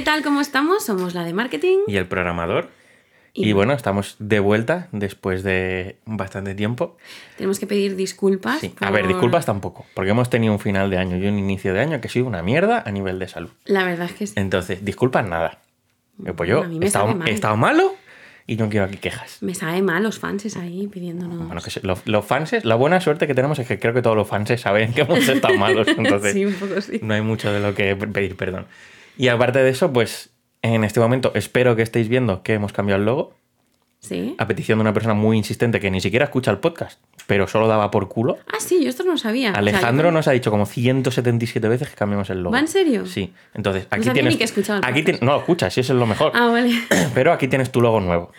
tal? ¿Cómo estamos? Somos la de marketing. Y el programador. Y bueno, estamos de vuelta después de bastante tiempo. Tenemos que pedir disculpas. Sí. A ver, disculpas tampoco, porque hemos tenido un final de año y un inicio de año que ha sido una mierda a nivel de salud. La verdad es que sí. Entonces, disculpas nada. Pues yo A mí he me sabe mal. estado malo y no quiero aquí quejas. Me sabe mal los fans ahí pidiéndonos... Bueno, que los fans, la buena suerte que tenemos es que creo que todos los fans saben que hemos estado malos. Entonces, sí, un poco sí. no hay mucho de lo que pedir perdón. Y aparte de eso, pues en este momento espero que estéis viendo que hemos cambiado el logo. Sí. A petición de una persona muy insistente que ni siquiera escucha el podcast, pero solo daba por culo. Ah, sí, yo esto no lo sabía. Alejandro nos ha dicho como 177 veces que cambiamos el logo. ¿Va en serio? Sí. Entonces, aquí No sabía tienes. ni que escuchaba el podcast. No lo escuchas, sí, eso es lo mejor. Ah, vale. Pero aquí tienes tu logo nuevo.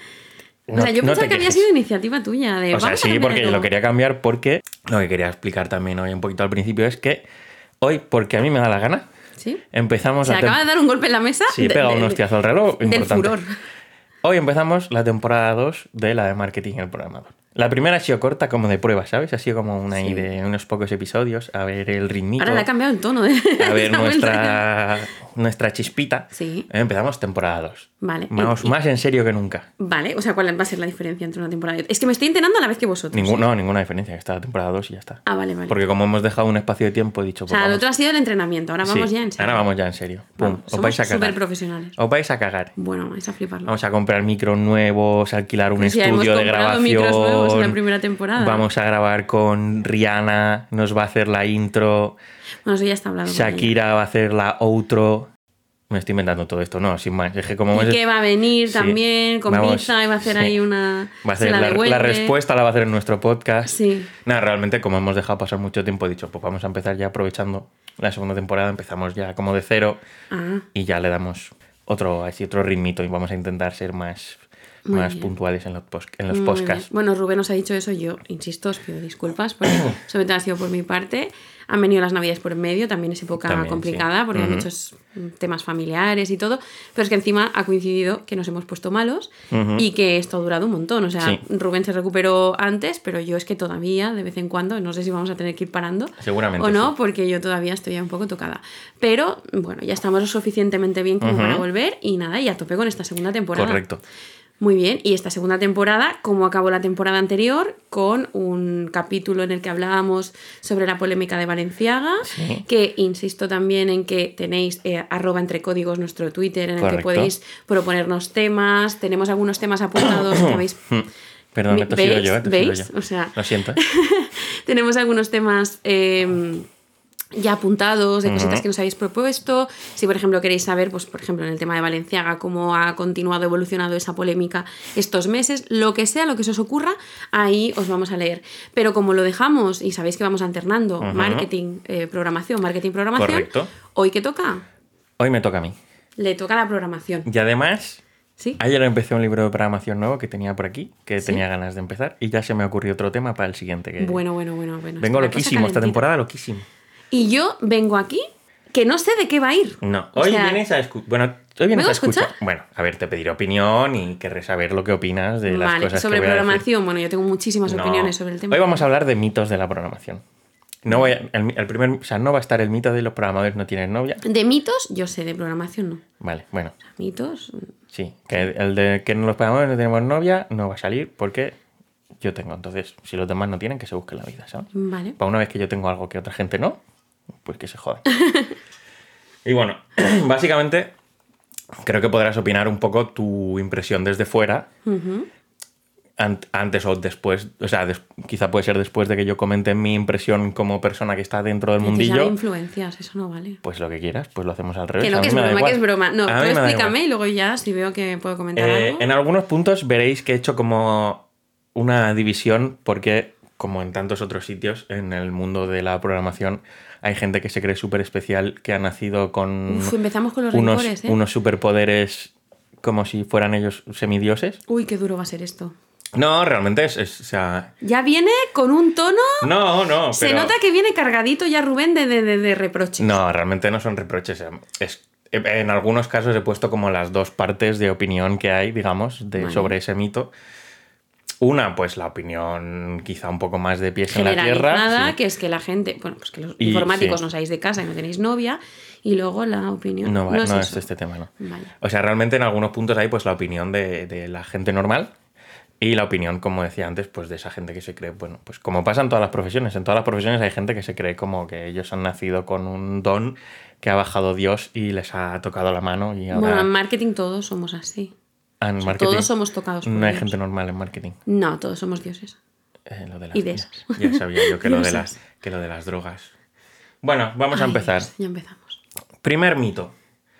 O sea, yo pensaba que había sido iniciativa tuya. De, o sea, vamos a sí, cambiar porque el yo lo logo. quería cambiar porque lo que quería explicar también hoy un poquito al principio es que hoy, porque a mí me da la gana, ¿Sí? empezamos Se acaba de dar un golpe en la mesa. Sí, he pegado un hostiazo al reloj Del importante. furor. Hoy empezamos la temporada 2 de la de marketing y el programador. La primera ha sido corta, como de prueba, ¿sabes? Ha sido como una Sí. de unos pocos episodios, a ver el ritmito, Ahora le ha cambiado el tono. a ver Esta vuelta. nuestra chispita. Sí. Empezamos temporada 2. Vale. Vamos más en serio que nunca. Vale, o sea, ¿cuál va a ser la diferencia entre una temporada y otra? Es que me estoy enterando a la vez que vosotros. No, ninguna diferencia. Está la temporada 2 y ya está. Ah, vale, vale. Porque como hemos dejado un espacio de tiempo, he dicho... O sea, lo otro ha sido el entrenamiento. Ahora vamos ya en serio. Ahora vamos ya en serio. Pum, Vamos, os vais a somos cagar. súper profesionales. Os vais a cagar. Bueno, vais a fliparlo. Vamos a comprar micros nuevos, alquilar un Pues ya hemos estudio de comprado grabación. micros nuevos en la primera temporada. Vamos a grabar con Rihanna, nos va a hacer la intro. Bueno, eso ya está hablado. con Shakira va a hacer la outro. Me estoy inventando todo esto, no, sin más. Es que como ella. Y que va a venir Sí. también con Vamos, pizza y va a hacer sí. ahí una... Va a hacer se la la devuelve. respuesta la va a hacer en nuestro podcast. Sí. Nada, realmente, como hemos dejado pasar mucho tiempo, he dicho, pues vamos a empezar ya aprovechando la segunda temporada. Empezamos ya como de cero Ah, y ya le damos otro ritmito y vamos a intentar ser más Muy bien. puntuales en los muy podcasts. bien. Bueno, Rubén nos ha dicho eso. Yo, insisto, os pido disculpas porque sobre todo ha sido por mi parte. Han venido las navidades por en medio, también es época También, complicada sí. porque hay muchos temas familiares y todo, pero es que encima ha coincidido que nos hemos puesto malos y que esto ha durado un montón. O sea, Sí. Rubén se recuperó antes, pero yo es que todavía, de vez en cuando, no sé si vamos a tener que ir parando Seguramente o no, sí. porque yo todavía estoy ya un poco tocada. Pero bueno, ya estamos lo suficientemente bien como para volver y nada, y a tope con esta segunda temporada. Correcto. Muy bien, y esta segunda temporada, como acabó la temporada anterior, con un capítulo en el que hablábamos sobre la polémica de Valenciaga, Sí. que insisto también en que tenéis @entrecódigos nuestro Twitter, en el Correcto. que podéis proponernos temas, tenemos algunos temas apuntados que habéis... Perdón, esto he sido ¿Veis? yo, he sido ¿Veis? yo. O sea, Lo siento. tenemos algunos temas ya apuntados de cositas que nos habéis propuesto. Si, por ejemplo, queréis saber, pues, por ejemplo, en el tema de Valenciaga, cómo ha continuado, evolucionado esa polémica estos meses, lo que sea, lo que se os ocurra, ahí os vamos a leer. Pero como lo dejamos, y sabéis que vamos alternando marketing, programación, Correcto. ¿hoy qué toca? Hoy me toca a mí. Le toca la programación. Y además, ¿Sí? ayer empecé un libro de programación nuevo que tenía por aquí, que tenía ganas de empezar, y ya se me ocurrió otro tema para el siguiente. Que... Bueno. Vengo la cosa loquísimo esta calentita. temporada, loquísimo. Y yo vengo aquí que no sé de qué va a ir. No, O hoy sea, vienes a escuchar. Bueno, hoy vienes ¿vengo a a escuchar? escuchar. Bueno, a ver, te pediré opinión y querré saber lo que opinas de las Vale, cosas sobre que voy a decir. programación, bueno, yo tengo muchísimas No. opiniones sobre el tema. Hoy vamos a hablar de mitos de la programación. No voy a- el primer, o sea, no va a estar el mito de los programadores no tienen novia. De mitos, yo sé, de programación no. Vale, bueno, Mitos, sí. Que el de que los programadores no tenemos novia no va a salir porque yo tengo. Entonces, si los demás no tienen, que se busquen la vida, ¿sabes? vale. Para una vez que yo tengo algo que otra gente no, pues que se jodan. Y bueno, básicamente creo que podrás opinar un poco tu impresión desde fuera. Antes o después, o sea, quizá puede ser después de que yo comente mi impresión como persona que está dentro del Dices, ya mundillo. de influencias, eso no vale. Pues lo que quieras, pues lo hacemos al revés. Que no, A que mí es me da broma, igual. que es broma. No, A tú mí me da explícame igual. y luego ya, si veo que puedo comentar algo. En algunos puntos veréis que he hecho como una división porque, como en tantos otros sitios, en el mundo de la programación hay gente que se cree súper especial, que ha nacido con Uf, empezamos con los unos, rencores, ¿eh? unos superpoderes como si fueran ellos semidioses. Uy, qué duro va a ser esto. No, realmente o sea... Ya viene con un tono... No, Se pero... nota que viene cargadito ya Rubén de reproches. No, realmente no son reproches. En algunos casos he puesto como las dos partes de opinión que hay, digamos, Vale. sobre ese mito. Una, pues la opinión quizá un poco más de pies en la tierra. Generalizada, Sí. que es que la gente, bueno, pues que los Y, informáticos sí. no salís de casa y no tenéis novia, y luego la opinión. No, es no es eso. este tema, no. Vale. O sea, realmente en algunos puntos hay pues la opinión de la gente normal y la opinión, como decía antes, pues de esa gente que se cree, bueno, pues como pasa en todas las profesiones. En todas las profesiones hay gente que se cree como que ellos han nacido con un don que ha bajado Dios y les ha tocado la mano y ahora... Bueno, en marketing todos somos así. En O sea, marketing todos somos tocados por no hay Dios. gente normal en marketing. No, todos somos dioses. Lo de las Y de mías. eso. Ya sabía yo que lo de Dioses. las drogas. Bueno, vamos a Ay, empezar. Dios, ya empezamos. Primer mito.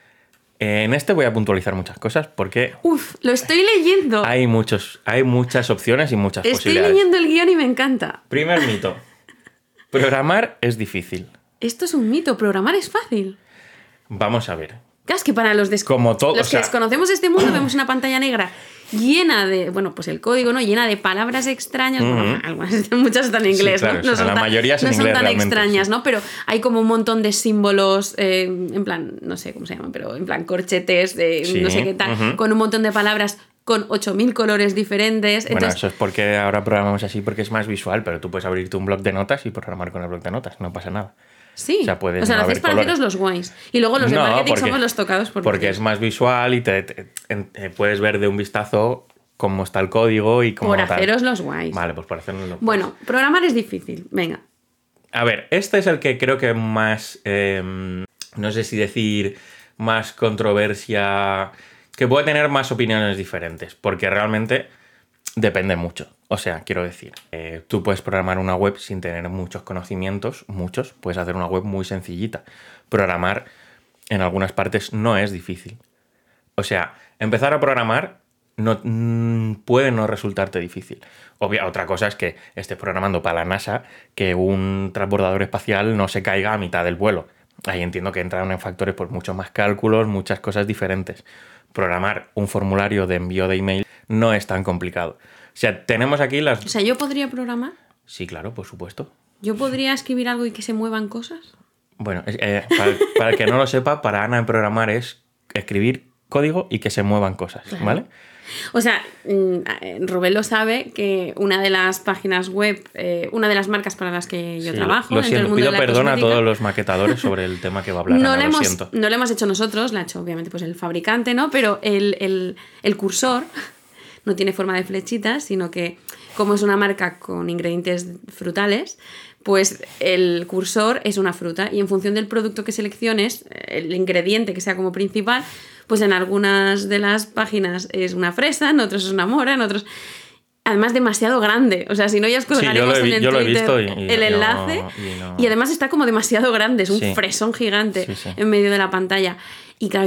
En este voy a puntualizar muchas cosas porque Uf, lo estoy leyendo. hay muchas opciones y muchas Estoy posibilidades. leyendo el guión y me encanta. Primer mito. Programar es difícil. Esto es un mito, programar es fácil. Vamos a ver. Claro, es que para los, Como todo, los o sea- que desconocemos este mundo vemos una pantalla negra llena de, bueno, pues el código, ¿no? Llena de palabras extrañas. Bueno, algunas, muchas están en inglés, Sí, claro, ¿no? o sea, la tan- mayoría es en no son inglés tan realmente, extrañas, sí. ¿no? Pero hay como un montón de símbolos, en plan, no sé cómo se llaman, pero en plan corchetes, Sí, no sé qué tal, con un montón de palabras con 8000 colores diferentes. Bueno, Entonces, eso es porque ahora programamos así porque es más visual, pero tú puedes abrirte un bloc de notas y programar con el bloc de notas, no pasa nada. sí. o sea, puede lo no hacéis haber para colores. haceros los guays. Y luego los de No, marketing porque- somos los tocados por Porque Dios. es más visual y puedes ver de un vistazo cómo está el código y cómo Por tal. haceros los guays. Vale, pues por hacernos los Bueno, programar es difícil. Venga. A ver, este es el que creo que más, no sé si decir, más controversia, que puede tener más opiniones diferentes, porque realmente depende mucho. O sea, quiero decir, tú puedes programar una web sin tener muchos conocimientos, puedes hacer una web muy sencillita. Programar en algunas partes no es difícil. O sea, empezar a programar puede no resultarte difícil. Otra cosa es que estés programando para la NASA que un transbordador espacial no se caiga a mitad del vuelo. Ahí entiendo que entran en factores pues mucho más cálculos, muchas cosas diferentes. Programar un formulario de envío de email no es tan complicado. O sea, tenemos aquí las... O sea, ¿yo podría programar? Sí, claro, por supuesto. ¿Yo podría escribir algo y que se muevan cosas? Bueno, para el que no lo sepa, para Ana programar es escribir código y que se muevan cosas, ¿vale? O sea, Rubén lo sabe que una de las páginas web, una de las marcas para las que yo Sí, trabajo, lo dentro del siento, mundo pido de la perdón a cosmética, todos los maquetadores sobre el tema que va a hablar Ana, lo siento. no lo hemos hecho nosotros, lo ha hecho obviamente pues el fabricante, ¿no? Pero el cursor no tiene forma de flechitas, sino que como es una marca con ingredientes frutales, pues el cursor es una fruta y en función del producto que selecciones, el ingrediente que sea como principal, pues en algunas de las páginas es una fresa, en otras es una mora, en otros... Además demasiado grande, o sea, si no ya os colgaremos en el yo lo he Twitter visto el enlace y además está como demasiado grande, es un Sí. fresón gigante Sí, sí. en medio de la pantalla. Y claro,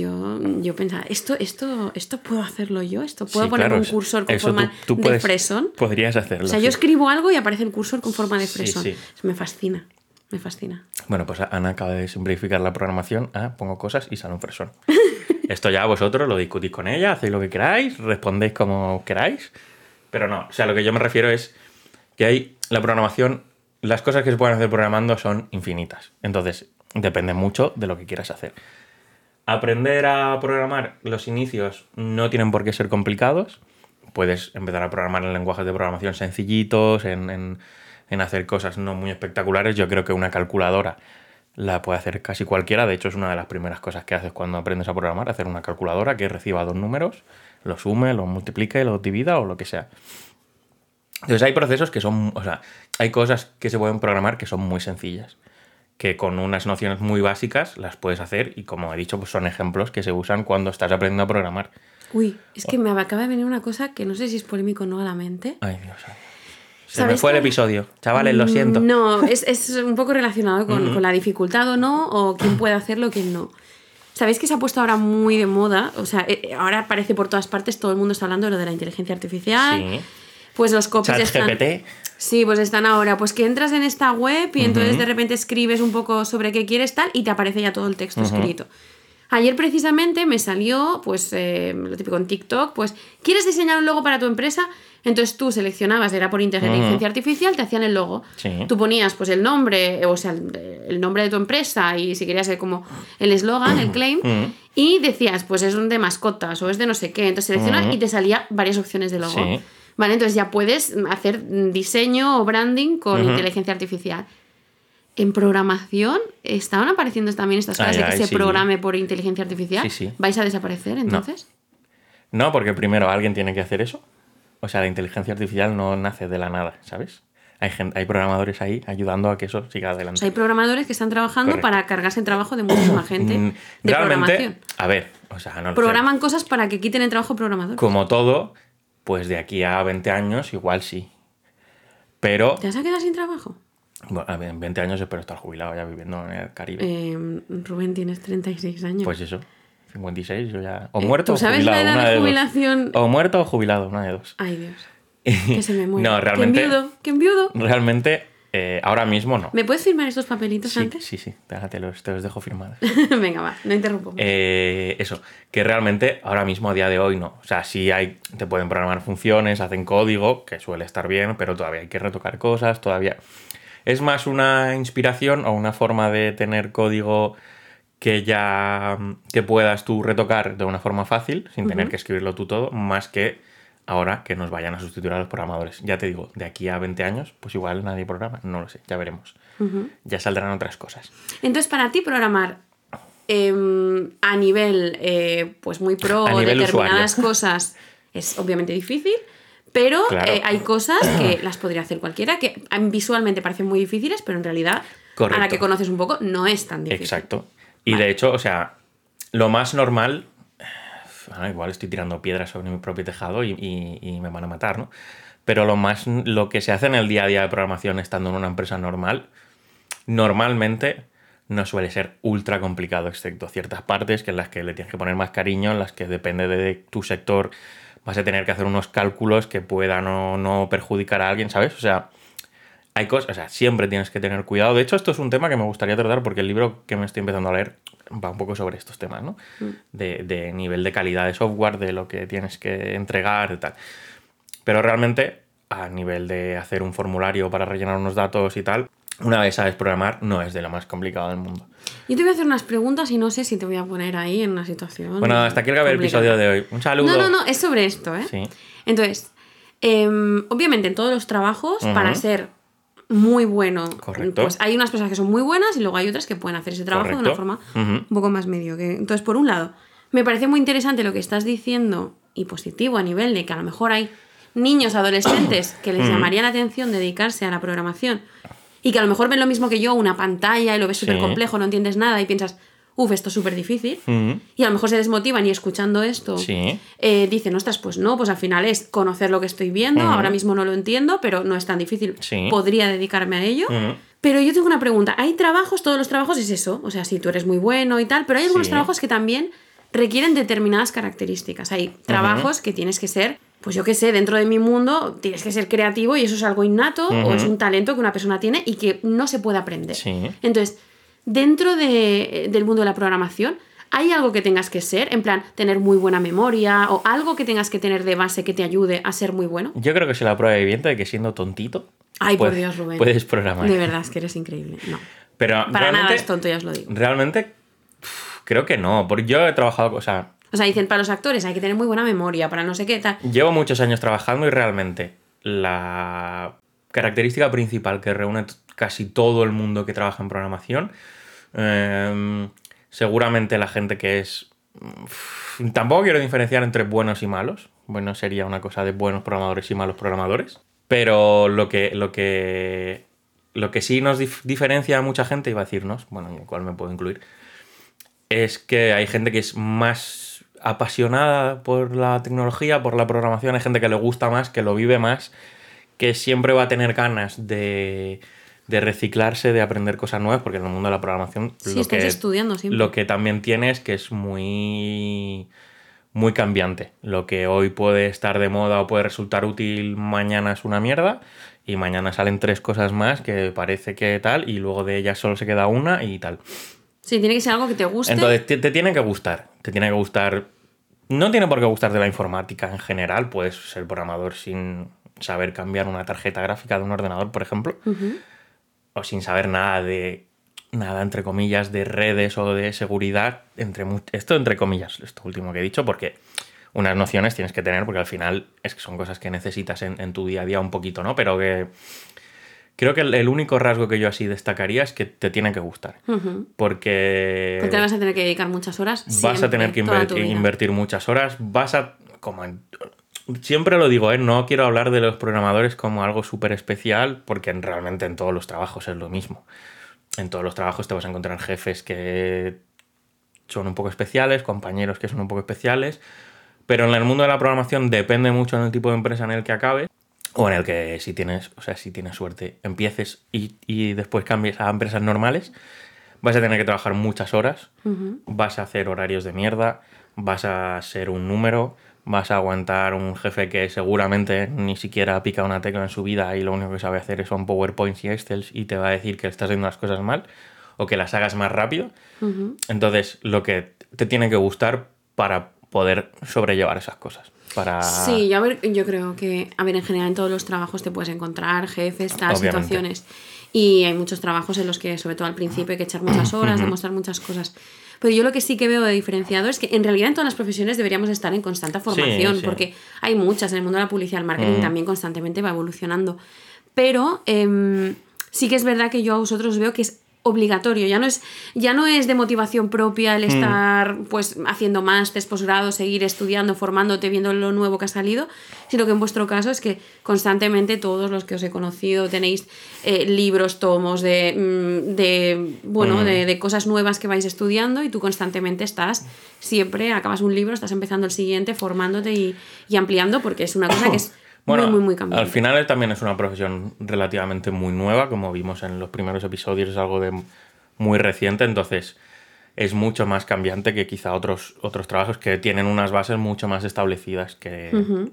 yo pensaba, ¿esto puedo hacerlo yo? ¿Esto puedo Sí, poner claro, un cursor con eso forma tú de fresón? Podrías hacerlo. O sea, sí. yo escribo algo y aparece el cursor con forma de Sí, fresón. sí. Eso me fascina, me fascina. Bueno, pues Ana acaba de simplificar la programación. Pongo cosas y sale un fresón. Esto ya vosotros lo discutís con ella, hacéis lo que queráis, respondéis como queráis. Pero no, o sea, lo que yo me refiero es que hay la programación, las cosas que se pueden hacer programando son infinitas. Entonces, depende mucho de lo que quieras hacer. Aprender a programar, los inicios no tienen por qué ser complicados. Puedes empezar a programar en lenguajes de programación sencillitos, en hacer cosas no muy espectaculares. Yo creo que una calculadora la puede hacer casi cualquiera. De hecho, es una de las primeras cosas que haces cuando aprendes a programar, hacer una calculadora que reciba dos números, los sume, los multiplique, los divida o lo que sea. Entonces hay procesos que son... O sea, hay cosas que se pueden programar que son muy sencillas, que con unas nociones muy básicas las puedes hacer y, como he dicho, pues son ejemplos que se usan cuando estás aprendiendo a programar. Uy, es que me acaba de venir una cosa que no sé si es polémico o no a la mente. Ay, Dios. Se me ¿Sabéis fue el que- episodio. Chavales, lo siento. No, es un poco relacionado con la dificultad o no, o quién puede hacerlo o quién no. ¿Sabéis que se ha puesto ahora muy de moda? O sea, ahora aparece por todas partes, todo el mundo está hablando de lo de la inteligencia artificial. Sí. Pues los copies están... ChatGPT. Sí, pues están ahora. Pues que entras en esta web y entonces de repente escribes un poco sobre qué quieres tal y te aparece ya todo el texto escrito. Ayer precisamente me salió, pues, lo típico en TikTok, pues, ¿quieres diseñar un logo para tu empresa? Entonces tú seleccionabas, era por inteligencia artificial, te hacían el logo. Sí. Tú ponías, pues, el nombre, o sea, el nombre de tu empresa y si querías como el eslogan, el claim, y decías, pues, es un de mascotas o es de no sé qué. Entonces seleccionas y te salía varias opciones de logo. Sí. Vale, entonces ya puedes hacer diseño o branding con inteligencia artificial. En programación estaban apareciendo también estas cosas de que se programe por inteligencia artificial. Sí. ¿Vais a desaparecer entonces? No, porque primero alguien tiene que hacer eso. O sea, la inteligencia artificial no nace de la nada, ¿sabes? Hay programadores ahí ayudando a que eso siga adelante. O sea, hay programadores que están trabajando para cargarse el trabajo de muchísima gente de realmente, programación. A ver, o sea, no lo Programan sé. cosas para que quiten el trabajo programador. Como todo, pues de aquí a 20 años igual sí. Pero... ¿Te vas a quedar sin trabajo? Bueno, en 20 años espero estar jubilado ya viviendo en el Caribe. Rubén, tienes 36 años. Pues eso, 56, yo ya... O muerto ¿Tú o sabes jubilado, la edad una de de jubilación? dos. O muerto o jubilado, una de dos. Ay, Dios. Que se me muere. No, realmente... ¿Que enviudo? Realmente, ahora mismo no. ¿Me puedes firmar estos papelitos antes? Sí, te los dejo firmados. Venga, va, no interrumpo. Eso, que realmente ahora mismo, a día de hoy, no. O sea, sí te pueden programar funciones, hacen código, que suele estar bien, pero todavía hay que retocar cosas, todavía... Es más una inspiración o una forma de tener código que puedas tú retocar de una forma fácil, sin tener que escribirlo tú todo, más que ahora que nos vayan a sustituir a los programadores. Ya te digo, de aquí a 20 años, pues igual nadie programa, no lo sé, ya veremos. Ya saldrán otras cosas. Entonces, para ti programar a nivel pues muy pro A nivel determinadas usuario. cosas es obviamente difícil, pero Claro. hay cosas que las podría hacer cualquiera, que visualmente parecen muy difíciles, pero en realidad, Correcto. a la que conoces un poco, no es tan difícil. Exacto. Y Vale. de hecho, o sea, lo más normal... igual estoy tirando piedras sobre mi propio tejado y me van a matar, ¿no? Pero lo que se hace en el día a día de programación estando en una empresa normal, normalmente no suele ser ultra complicado, excepto ciertas partes en las que le tienes que poner más cariño, en las que depende de tu sector, vas a tener que hacer unos cálculos que puedan o no perjudicar a alguien, ¿sabes? O sea, hay cosas, o sea, siempre tienes que tener cuidado. De hecho, esto es un tema que me gustaría tratar porque el libro que me estoy empezando a leer va un poco sobre estos temas, ¿no? De nivel de calidad de software, de lo que tienes que entregar y tal. Pero realmente, a nivel de hacer un formulario para rellenar unos datos y tal, una vez sabes programar, no es de lo más complicado del mundo. Yo te voy a hacer unas preguntas y no sé si te voy a poner ahí en una situación. Bueno, hasta aquí acaba el complicada. episodio de hoy. Un saludo. No, es sobre esto, ¿eh? Sí. Entonces, obviamente en todos los trabajos, para ser muy bueno, Correcto. pues hay unas personas que son muy buenas y luego hay otras que pueden hacer ese trabajo de una Correcto. forma un poco más medio. Entonces, por un lado, me parece muy interesante lo que estás diciendo y positivo a nivel de que a lo mejor hay niños, adolescentes que les llamaría la atención dedicarse a la programación y que a lo mejor ven lo mismo que yo, una pantalla y lo ves súper complejo, no entiendes nada y piensas, esto es súper difícil. Y a lo mejor se desmotivan y escuchando esto dicen, ostras, pues no, pues al final es conocer lo que estoy viendo, ahora mismo no lo entiendo, pero no es tan difícil, podría dedicarme a ello. Pero yo tengo una pregunta, hay trabajos, todos los trabajos es eso, o sea, si tú eres muy bueno y tal, pero hay algunos trabajos que también requieren determinadas características. Hay trabajos que tienes que ser, pues yo qué sé, dentro de mi mundo tienes que ser creativo y eso es algo innato o es un talento que una persona tiene y que no se puede aprender. Entonces, dentro del mundo de la programación, ¿hay algo que tengas que ser? En plan, tener muy buena memoria o algo que tengas que tener de base que te ayude a ser muy bueno. Yo creo que es la prueba viviente de que siendo tontito Ay, por Dios, Rubén. puedes programar. De verdad, es que eres increíble. No. Pero para nada es tonto, ya os lo digo. Realmente, creo que no. Porque yo he trabajado, O sea, dicen, para los actores hay que tener muy buena memoria, para no sé qué tal. Llevo muchos años trabajando y realmente la característica principal que reúne casi todo el mundo que trabaja en programación, seguramente la gente que es... Tampoco quiero diferenciar entre buenos y malos. Bueno, sería una cosa de buenos programadores y malos programadores. Pero lo que sí nos diferencia a mucha gente, iba a decirnos, bueno, en el cual me puedo incluir, es que hay gente que es más apasionada por la tecnología, por la programación, hay gente que le gusta más, que lo vive más, que siempre va a tener ganas de reciclarse, de aprender cosas nuevas, porque en el mundo de la programación estudiando siempre. Lo que también tiene es que es muy cambiante. Lo que hoy puede estar de moda o puede resultar útil, mañana es una mierda y mañana salen 3 cosas más que parece que tal y luego de ellas solo se queda una y tal. Sí, tiene que ser algo que te guste. Entonces te tiene que gustar. Te tiene que gustar. No tiene por qué gustarte la informática en general. Puedes ser programador sin saber cambiar una tarjeta gráfica de un ordenador, por ejemplo. O sin saber nada, entre comillas, de redes o de seguridad. Esto entre comillas, esto último que he dicho, porque unas nociones tienes que tener, porque al final es que son cosas que necesitas en tu día a día un poquito, ¿no? Pero que creo que el único rasgo que yo así destacaría es que te tiene que gustar. Porque Porque vas a tener que dedicar muchas horas. vas a tener que invertir muchas horas. Siempre lo digo, no quiero hablar de los programadores como algo súper especial, porque realmente en todos los trabajos es lo mismo. En todos los trabajos te vas a encontrar jefes que son un poco especiales, compañeros que son un poco especiales, pero en el mundo de la programación depende mucho en el tipo de empresa en el que acabe, o en el que si tienes suerte, empieces y después cambies a empresas normales. Vas a tener que trabajar muchas horas, vas a hacer horarios de mierda, vas a ser un número, vas a aguantar un jefe que seguramente ni siquiera ha picado una tecla en su vida y lo único que sabe hacer son PowerPoints y Excel y te va a decir que estás haciendo las cosas mal o que las hagas más rápido. Entonces, lo que te tiene que gustar para poder sobrellevar esas cosas. Sí, yo creo que, en general en todos los trabajos te puedes encontrar jefes, situaciones. Y hay muchos trabajos en los que, sobre todo al principio, hay que echar muchas horas, demostrar muchas cosas. Pero yo lo que sí que veo de diferenciado es que en realidad en todas las profesiones deberíamos estar en constante formación, porque hay muchas en el mundo de la publicidad, el marketing también constantemente va evolucionando. Pero sí que es verdad que yo a vosotros veo que es obligatorio, ya no es de motivación propia el estar pues haciendo másters, posgrado, seguir estudiando, formándote, viendo lo nuevo que ha salido, sino que en vuestro caso es que constantemente todos los que os he conocido tenéis libros, tomos de cosas nuevas que vais estudiando y tú constantemente siempre acabas un libro, estás empezando el siguiente, formándote y ampliando, porque es una cosa que es muy cambiante. Al final también es una profesión relativamente muy nueva, como vimos en los primeros episodios, es algo de muy reciente, entonces es mucho más cambiante que quizá otros trabajos que tienen unas bases mucho más establecidas que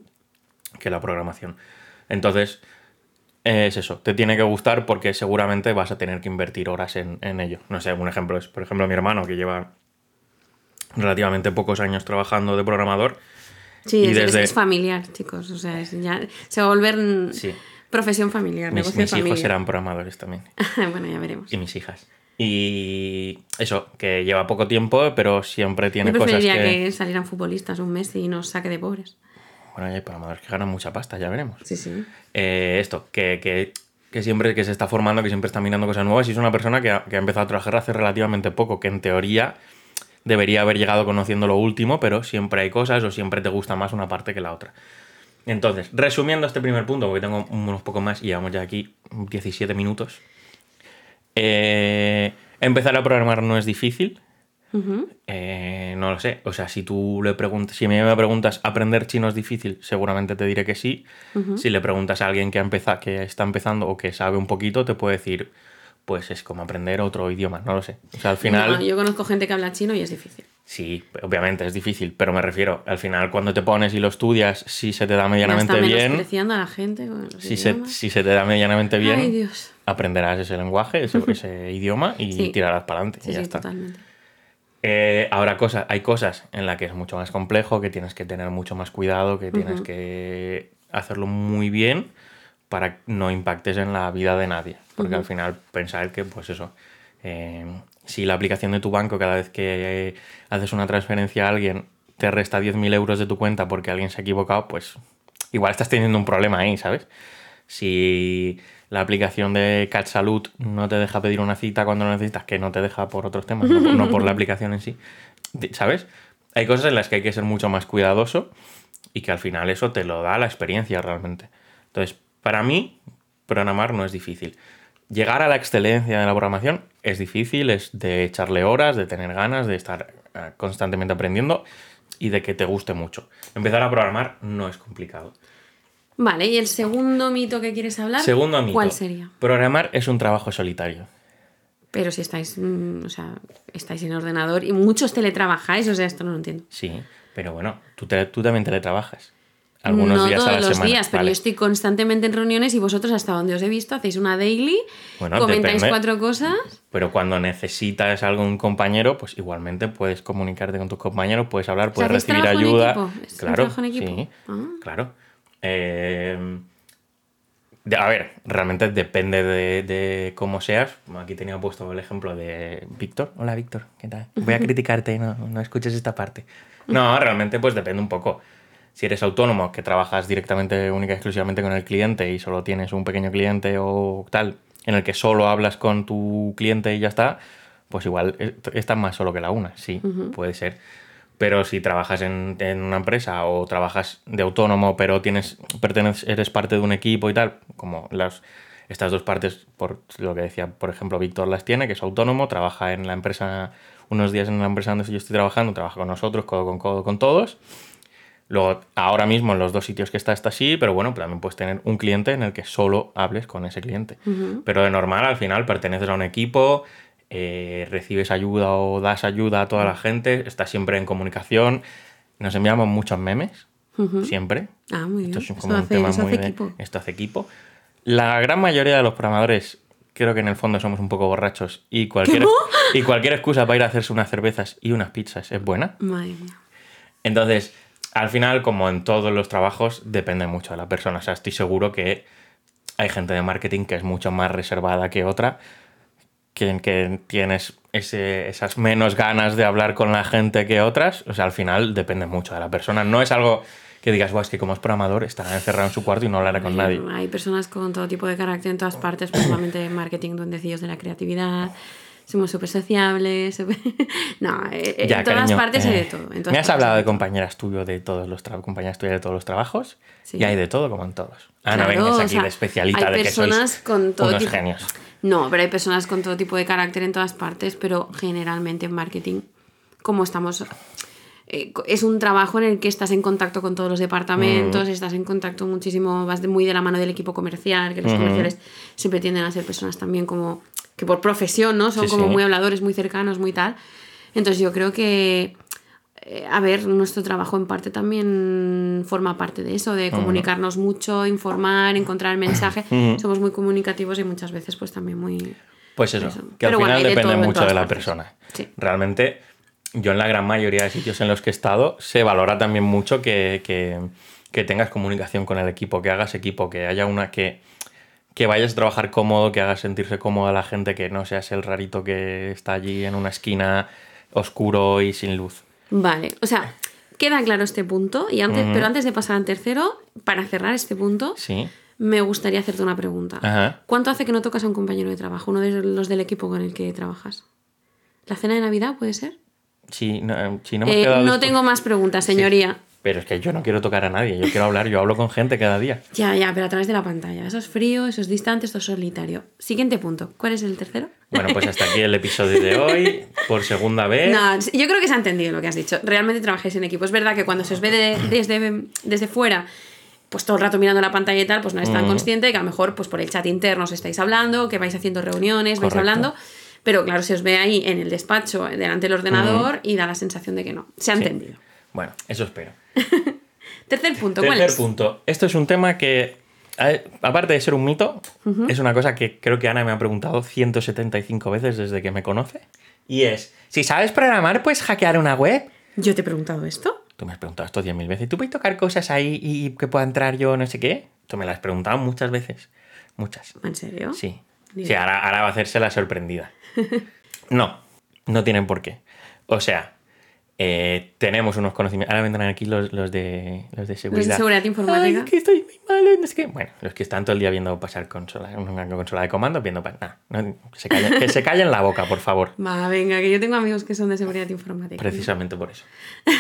la programación. Entonces, es eso, te tiene que gustar porque seguramente vas a tener que invertir horas en ello. No sé, un ejemplo es, por ejemplo, mi hermano, que lleva relativamente pocos años trabajando de programador. Sí, es familiar, chicos. O sea, ya se va a volver profesión familiar, negocio familiar. Mis hijos serán programadores también. Bueno, ya veremos. Y mis hijas. Y eso, que lleva poco tiempo, pero siempre tiene cosas que... Yo preferiría que salieran futbolistas un mes y nos saque de pobres. Bueno, hay programadores que ganan mucha pasta, ya veremos. Sí. Esto, que siempre que se está formando, que siempre está mirando cosas nuevas, y es una persona que ha empezado a trabajar hace relativamente poco, que en teoría debería haber llegado conociendo lo último, pero siempre hay cosas o siempre te gusta más una parte que la otra. Entonces, resumiendo este primer punto, porque tengo unos pocos más y llevamos ya aquí 17 minutos. Empezar a programar no es difícil. No lo sé. O sea, si a mí me preguntas, ¿aprender chino es difícil? Seguramente te diré que sí. Si le preguntas a alguien que está empezando o que sabe un poquito, te puede decir... pues es como aprender otro idioma, no lo sé. O sea, al final... No, yo conozco gente que habla chino y es difícil. Sí, obviamente es difícil, pero me refiero, al final cuando te pones y lo estudias, si se te da medianamente bien... menospreciando a la gente con los idiomas. Si se te da medianamente bien, ay, Dios, aprenderás ese lenguaje, ese idioma y tirarás para adelante. Sí, y ya está. Totalmente. Ahora hay cosas en las que es mucho más complejo, que tienes que tener mucho más cuidado, que tienes que hacerlo muy bien para no impactes en la vida de nadie. Porque al final pensar que, pues eso, si la aplicación de tu banco cada vez que haces una transferencia a alguien te resta 10.000 euros de tu cuenta porque alguien se ha equivocado, pues igual estás teniendo un problema ahí, ¿sabes? Si la aplicación de CatSalud no te deja pedir una cita cuando lo necesitas, que no te deja por otros temas, no por la aplicación en sí, ¿sabes? Hay cosas en las que hay que ser mucho más cuidadoso y que al final eso te lo da la experiencia realmente. Entonces, para mí, programar no es difícil. Llegar a la excelencia de la programación es difícil, es de echarle horas, de tener ganas, de estar constantemente aprendiendo y de que te guste mucho. Empezar a programar no es complicado. Vale, ¿y el segundo mito que quieres hablar? Segundo mito. ¿Cuál sería? Programar es un trabajo solitario. Pero si estáis en ordenador y muchos teletrabajáis, o sea, esto no lo entiendo. Sí, pero bueno, tú también teletrabajas. Algunos días a la semana. No todos los días, pero yo estoy constantemente en reuniones y vosotros, hasta donde os he visto, hacéis una daily, comentáis 4 cosas. Pero cuando necesitas algún compañero, pues igualmente puedes comunicarte con tus compañeros, puedes hablar, puedes recibir ayuda. Claro, en equipo. Sí, claro. A ver, realmente depende de cómo seas. Aquí tenía puesto el ejemplo de Víctor. Hola, Víctor, ¿qué tal? Voy a criticarte, no escuches esta parte. No, realmente pues depende un poco. Si eres autónomo, que trabajas directamente, única y exclusivamente con el cliente y solo tienes un pequeño cliente o tal, en el que solo hablas con tu cliente y ya está, pues igual estás más solo que la una, sí, puede ser. Pero si trabajas en una empresa o trabajas de autónomo, pero eres parte de un equipo y tal, como estas dos partes, por lo que decía, por ejemplo, Víctor las tiene, que es autónomo, trabaja en la empresa, unos días en la empresa donde yo estoy trabajando, trabaja con nosotros, codo con todos. Luego, ahora mismo en los dos sitios que está así, pero bueno, también puedes tener un cliente en el que solo hables con ese cliente. Pero de normal, al final, perteneces a un equipo, recibes ayuda o das ayuda a toda la gente, estás siempre en comunicación. Nos enviamos muchos memes, siempre. Ah, muy bien. Esto es como un tema muy de... equipo. Esto hace equipo. La gran mayoría de los programadores, creo que en el fondo somos un poco borrachos y cualquier excusa para ir a hacerse unas cervezas y unas pizzas es buena. Madre mía. Entonces, al final, como en todos los trabajos, depende mucho de la persona. O sea, estoy seguro que hay gente de marketing que es mucho más reservada que otra, que tienes esas menos ganas de hablar con la gente que otras. O sea, al final depende mucho de la persona. No es algo que digas, es que como es programador estará encerrado en su cuarto y no hablará con nadie. Hay personas con todo tipo de carácter en todas partes, principalmente en marketing, duendecillos de la creatividad. Somos súper sociables. No, en todas partes hay de todo. Me has hablado de compañeras tuyas de todos los trabajos, sí. Y hay de todo como en todos. Claro, no vengas aquí de especialita de que sois con todo unos genios. No, pero hay personas con todo tipo de carácter en todas partes, pero generalmente en marketing, como estamos... es un trabajo en el que estás en contacto con todos los departamentos, estás en contacto muchísimo, vas muy de la mano del equipo comercial, que los comerciales siempre tienden a ser personas también como... que por profesión, ¿no? Son como muy habladores, muy cercanos, muy tal. Entonces yo creo que, nuestro trabajo en parte también forma parte de eso, de comunicarnos mucho, informar, encontrar el mensaje. Somos muy comunicativos y muchas veces pues también muy... Pues eso. Que al final depende mucho de la persona. Sí. Realmente, yo en la gran mayoría de sitios en los que he estado, se valora también mucho que tengas comunicación con el equipo, que hagas equipo, que haya que vayas a trabajar cómodo, que hagas sentirse cómodo a la gente, que no seas el rarito que está allí en una esquina oscuro y sin luz. Vale, o sea, queda claro este punto, pero antes de pasar al tercero, para cerrar este punto, me gustaría hacerte una pregunta. Ajá. ¿Cuánto hace que no tocas a un compañero de trabajo, uno de los del equipo con el que trabajas? ¿La cena de Navidad puede ser? Sí, no hemos quedado no tengo más preguntas, señoría. Sí. Pero es que yo no quiero tocar a nadie, yo quiero hablar, yo hablo con gente cada día. Ya, pero a través de la pantalla. Eso es frío, eso es distante, esto es solitario. Siguiente punto. ¿Cuál es el tercero? Bueno, pues hasta aquí el episodio de hoy, por segunda vez. No, yo creo que se ha entendido lo que has dicho. Realmente trabajáis en equipo. Es verdad que cuando se os ve desde fuera, pues todo el rato mirando la pantalla y tal, pues no es tan consciente, que a lo mejor pues por el chat interno os estáis hablando, que vais haciendo reuniones, vais hablando... Pero claro, se os ve ahí en el despacho, delante del ordenador, y da la sensación de que no. Se ha entendido. Bueno, eso espero. Tercer punto, ¿cuál es? Tercer punto. Esto es un tema que, aparte de ser un mito, es una cosa que creo que Ana me ha preguntado 175 veces desde que me conoce. Y es, si sabes programar, ¿puedes hackear una web? ¿Yo te he preguntado esto? Tú me has preguntado esto 10.000 veces. ¿Tú puedes tocar cosas ahí y que pueda entrar yo no sé qué? Tú me lo has preguntado muchas veces. Muchas. ¿En serio? Sí. Sí, ahora va a hacerse la sorprendida. No tienen por qué. O sea, tenemos unos conocimientos. Ahora vendrán aquí los de seguridad. Los de seguridad informática. Ay, es que estoy muy malo, no sé qué. Bueno, los que están todo el día viendo pasar una consola de comandos, viendo... que se callen la boca, por favor. Venga, que yo tengo amigos que son de seguridad informática. Precisamente por eso.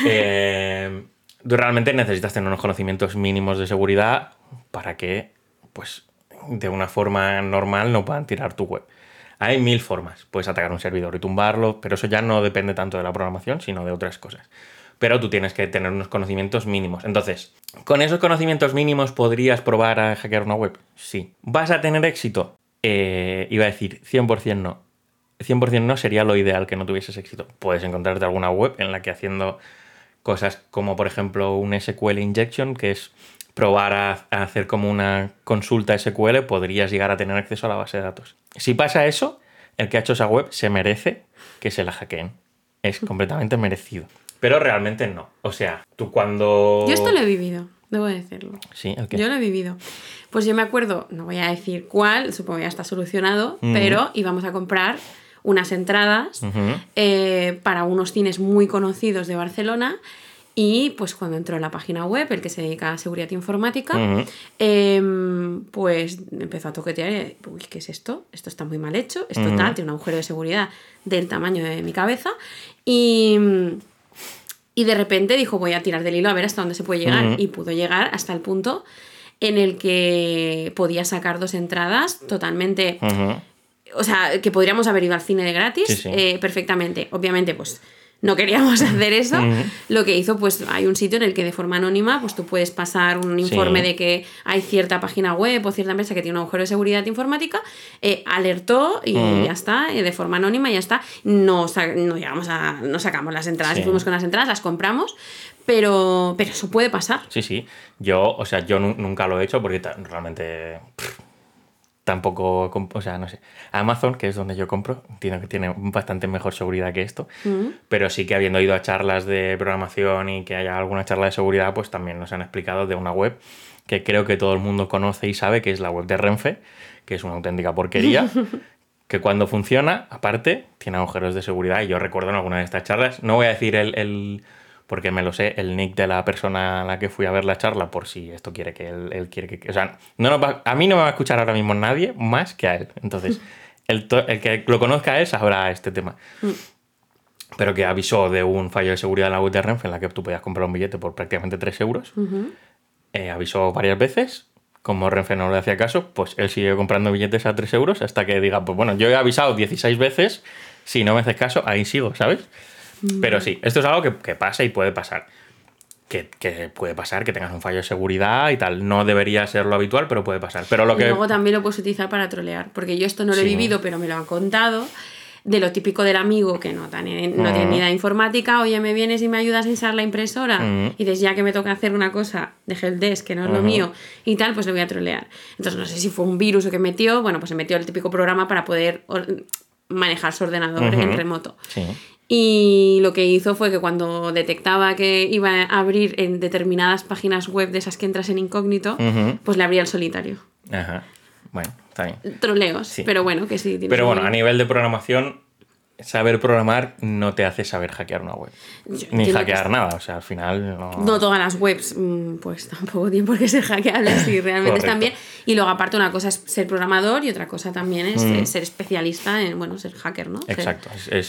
Tú realmente necesitas tener unos conocimientos mínimos de seguridad para que, pues, de una forma normal no puedan tirar tu web. Hay 1000 formas. Puedes atacar un servidor y tumbarlo, pero eso ya no depende tanto de la programación, sino de otras cosas. Pero tú tienes que tener unos conocimientos mínimos. Entonces, ¿con esos conocimientos mínimos podrías probar a hackear una web? Sí. ¿Vas a tener éxito? Iba a decir 100% no. 100% no sería lo ideal, que no tuvieses éxito. Puedes encontrarte alguna web en la que haciendo cosas como, por ejemplo, un SQL injection, que es probar a hacer como una consulta SQL, podrías llegar a tener acceso a la base de datos. Si pasa eso, el que ha hecho esa web se merece que se la hackeen. Es completamente merecido. Pero realmente no. O sea, tú cuando... Yo esto lo he vivido, debo decirlo. ¿Sí? ¿El qué? Yo lo he vivido. Pues yo me acuerdo, no voy a decir cuál, supongo que ya está solucionado, pero íbamos a comprar unas entradas para unos cines muy conocidos de Barcelona. Y pues cuando entró en la página web, el que se dedica a seguridad informática, pues empezó a toquetear y, uy, ¿qué es esto? Esto está muy mal hecho, esto tal, tiene un agujero de seguridad del tamaño de mi cabeza. Y de repente dijo, voy a tirar del hilo a ver hasta dónde se puede llegar. Y pudo llegar hasta el punto en el que podía sacar 2 entradas totalmente... O sea, que podríamos haber ido al cine de gratis perfectamente. Obviamente, pues no queríamos hacer eso. Lo que hizo, pues hay un sitio en el que de forma anónima pues tú puedes pasar un informe de que hay cierta página web o cierta empresa que tiene un agujero de seguridad informática, alertó y ya está, de forma anónima ya está. No sacamos las entradas y fuimos con las entradas, las compramos, pero eso puede pasar. Sí. Yo nunca lo he hecho porque realmente... Tampoco, o sea, no sé. Amazon, que es donde yo compro, entiendo que tiene bastante mejor seguridad que esto, pero sí que habiendo ido a charlas de programación y que haya alguna charla de seguridad, pues también nos han explicado de una web que creo que todo el mundo conoce y sabe, que es la web de Renfe, que es una auténtica porquería, que cuando funciona, aparte, tiene agujeros de seguridad. Y yo recuerdo en alguna de estas charlas, no voy a decir porque me lo sé, el nick de la persona a la que fui a ver la charla, por si esto quiere que él quiere que... O sea, a mí no me va a escuchar ahora mismo nadie más que a él. Entonces, el que lo conozca a él sabrá este tema. Pero que avisó de un fallo de seguridad en la web de Renfe en la que tú podías comprar un billete por prácticamente 3 euros. Avisó varias veces. Como Renfe no le hacía caso, pues él siguió comprando billetes a 3 euros hasta que diga, pues bueno, yo he avisado 16 veces, si no me haces caso, ahí sigo, ¿sabes? Pero sí, esto es algo que pasa y puede pasar. Que puede pasar que tengas un fallo de seguridad y tal. No debería ser lo habitual, pero puede pasar. Pero luego también lo puedes utilizar para trolear. Porque yo esto no lo he vivido, pero me lo han contado. De lo típico del amigo que no tiene ni idea de informática. Oye, ¿me vienes y me ayudas a instalar la impresora? Y dices, ya que me toca hacer una cosa de helpdesk que no es lo mío y tal, pues le voy a trolear. Entonces no sé si fue un virus o que metió. Bueno, pues se metió el típico programa para poder manejar su ordenador en remoto. Sí. Y lo que hizo fue que cuando detectaba que iba a abrir en determinadas páginas web de esas que entras en incógnito, pues le abría el solitario. Ajá. Bueno, está bien. Troleos, sí. Pero bueno, que sí. Pero bueno, a nivel de programación, saber programar no te hace saber hackear una web. Ni hackear nada, o sea, al final... No todas las webs, pues tampoco tienen por qué ser hackeables, si realmente están bien. Y luego aparte una cosa es ser programador y otra cosa también es ser especialista en, ser hacker, ¿no? Exacto,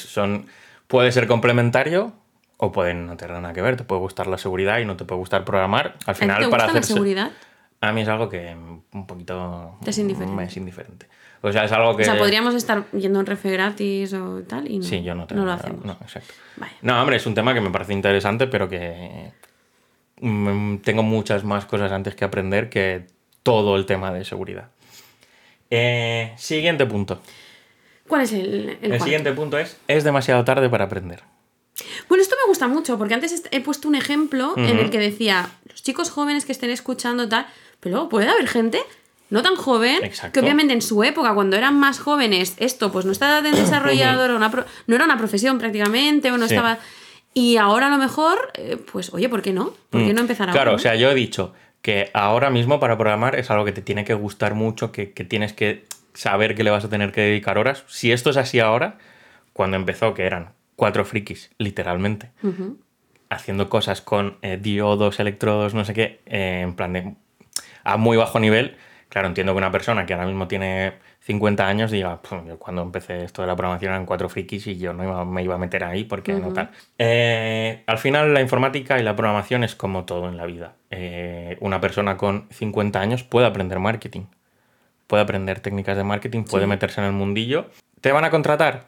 puede ser complementario o pueden no tener nada que ver. Te puede gustar la seguridad y no te puede gustar programar. Al final, ¿te gusta la seguridad? A mí es algo que un poquito... Es indiferente. Me es indiferente. O sea, es algo que... O sea, podríamos estar yendo a un Renfe gratis o tal y no, sí, yo no lo hacemos. No, exacto. Vale. No, hombre, es un tema que me parece interesante, pero que tengo muchas más cosas antes que aprender que todo el tema de seguridad. Siguiente punto. ¿Cuál es el siguiente punto es demasiado tarde para aprender. Bueno, esto me gusta mucho, porque antes he puesto un ejemplo en el que decía, los chicos jóvenes que estén escuchando tal, pero luego puede haber gente no tan joven, que obviamente en su época, cuando eran más jóvenes, esto pues no estaba de desarrollador, no era una profesión prácticamente, o no estaba... Y ahora a lo mejor, pues oye, ¿por qué no? ¿Por qué no empezar ahora? Claro, o sea, yo he dicho que ahora mismo para programar es algo que te tiene que gustar mucho, que tienes que saber que le vas a tener que dedicar horas. Si esto es así ahora, cuando empezó, que eran 4 frikis, literalmente, haciendo cosas con diodos, electrodos, no sé qué, en plan de a muy bajo nivel, claro, entiendo que una persona que ahora mismo tiene 50 años diga, yo cuando empecé esto de la programación eran 4 frikis y yo no me iba a meter ahí porque no tal. Al final la informática y la programación es como todo en la vida. Una persona con 50 años puede aprender marketing, puede aprender técnicas de marketing, puede meterse en el mundillo. ¿Te van a contratar?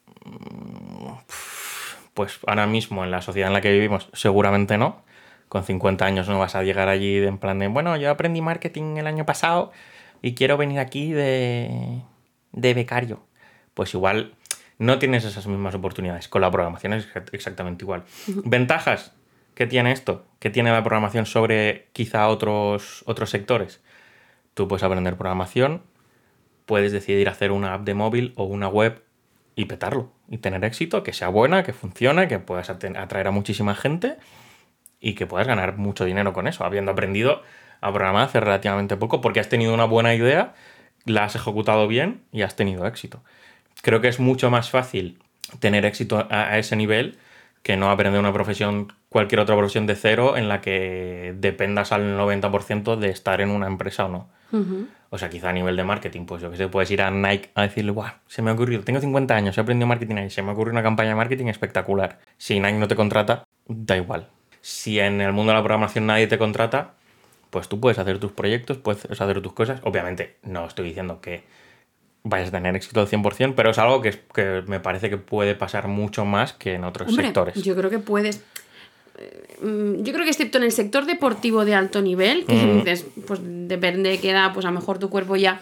Pues ahora mismo en la sociedad en la que vivimos seguramente no. Con 50 años no vas a llegar allí en plan de, bueno, yo aprendí marketing el año pasado y quiero venir aquí de becario. Pues igual no tienes esas mismas oportunidades. Con la programación es exactamente igual. ¿Ventajas? ¿Qué tiene esto? ¿Qué tiene la programación sobre quizá otros sectores? Tú puedes aprender programación, puedes decidir hacer una app de móvil o una web y petarlo. Y tener éxito, que sea buena, que funcione, que puedas atraer a muchísima gente y que puedas ganar mucho dinero con eso, habiendo aprendido a programar hace relativamente poco, porque has tenido una buena idea, la has ejecutado bien y has tenido éxito. Creo que es mucho más fácil tener éxito a ese nivel que no aprender una profesión, cualquier otra profesión de cero en la que dependas al 90% de estar en una empresa o no. O sea, quizá a nivel de marketing, pues yo que sé, puedes ir a Nike a decirle, guau, se me ha ocurrido, tengo 50 años, he aprendido marketing ahí, se me ha ocurrido una campaña de marketing espectacular. Si Nike no te contrata, da igual. Si en el mundo de la programación nadie te contrata, pues tú puedes hacer tus proyectos, puedes hacer tus cosas. Obviamente, no estoy diciendo que vayas a tener éxito al 100%, pero es algo que me parece que puede pasar mucho más que en otros sectores. Yo creo que puedes... Yo creo que excepto en el sector deportivo de alto nivel, que dices, pues depende de qué edad, pues a lo mejor tu cuerpo ya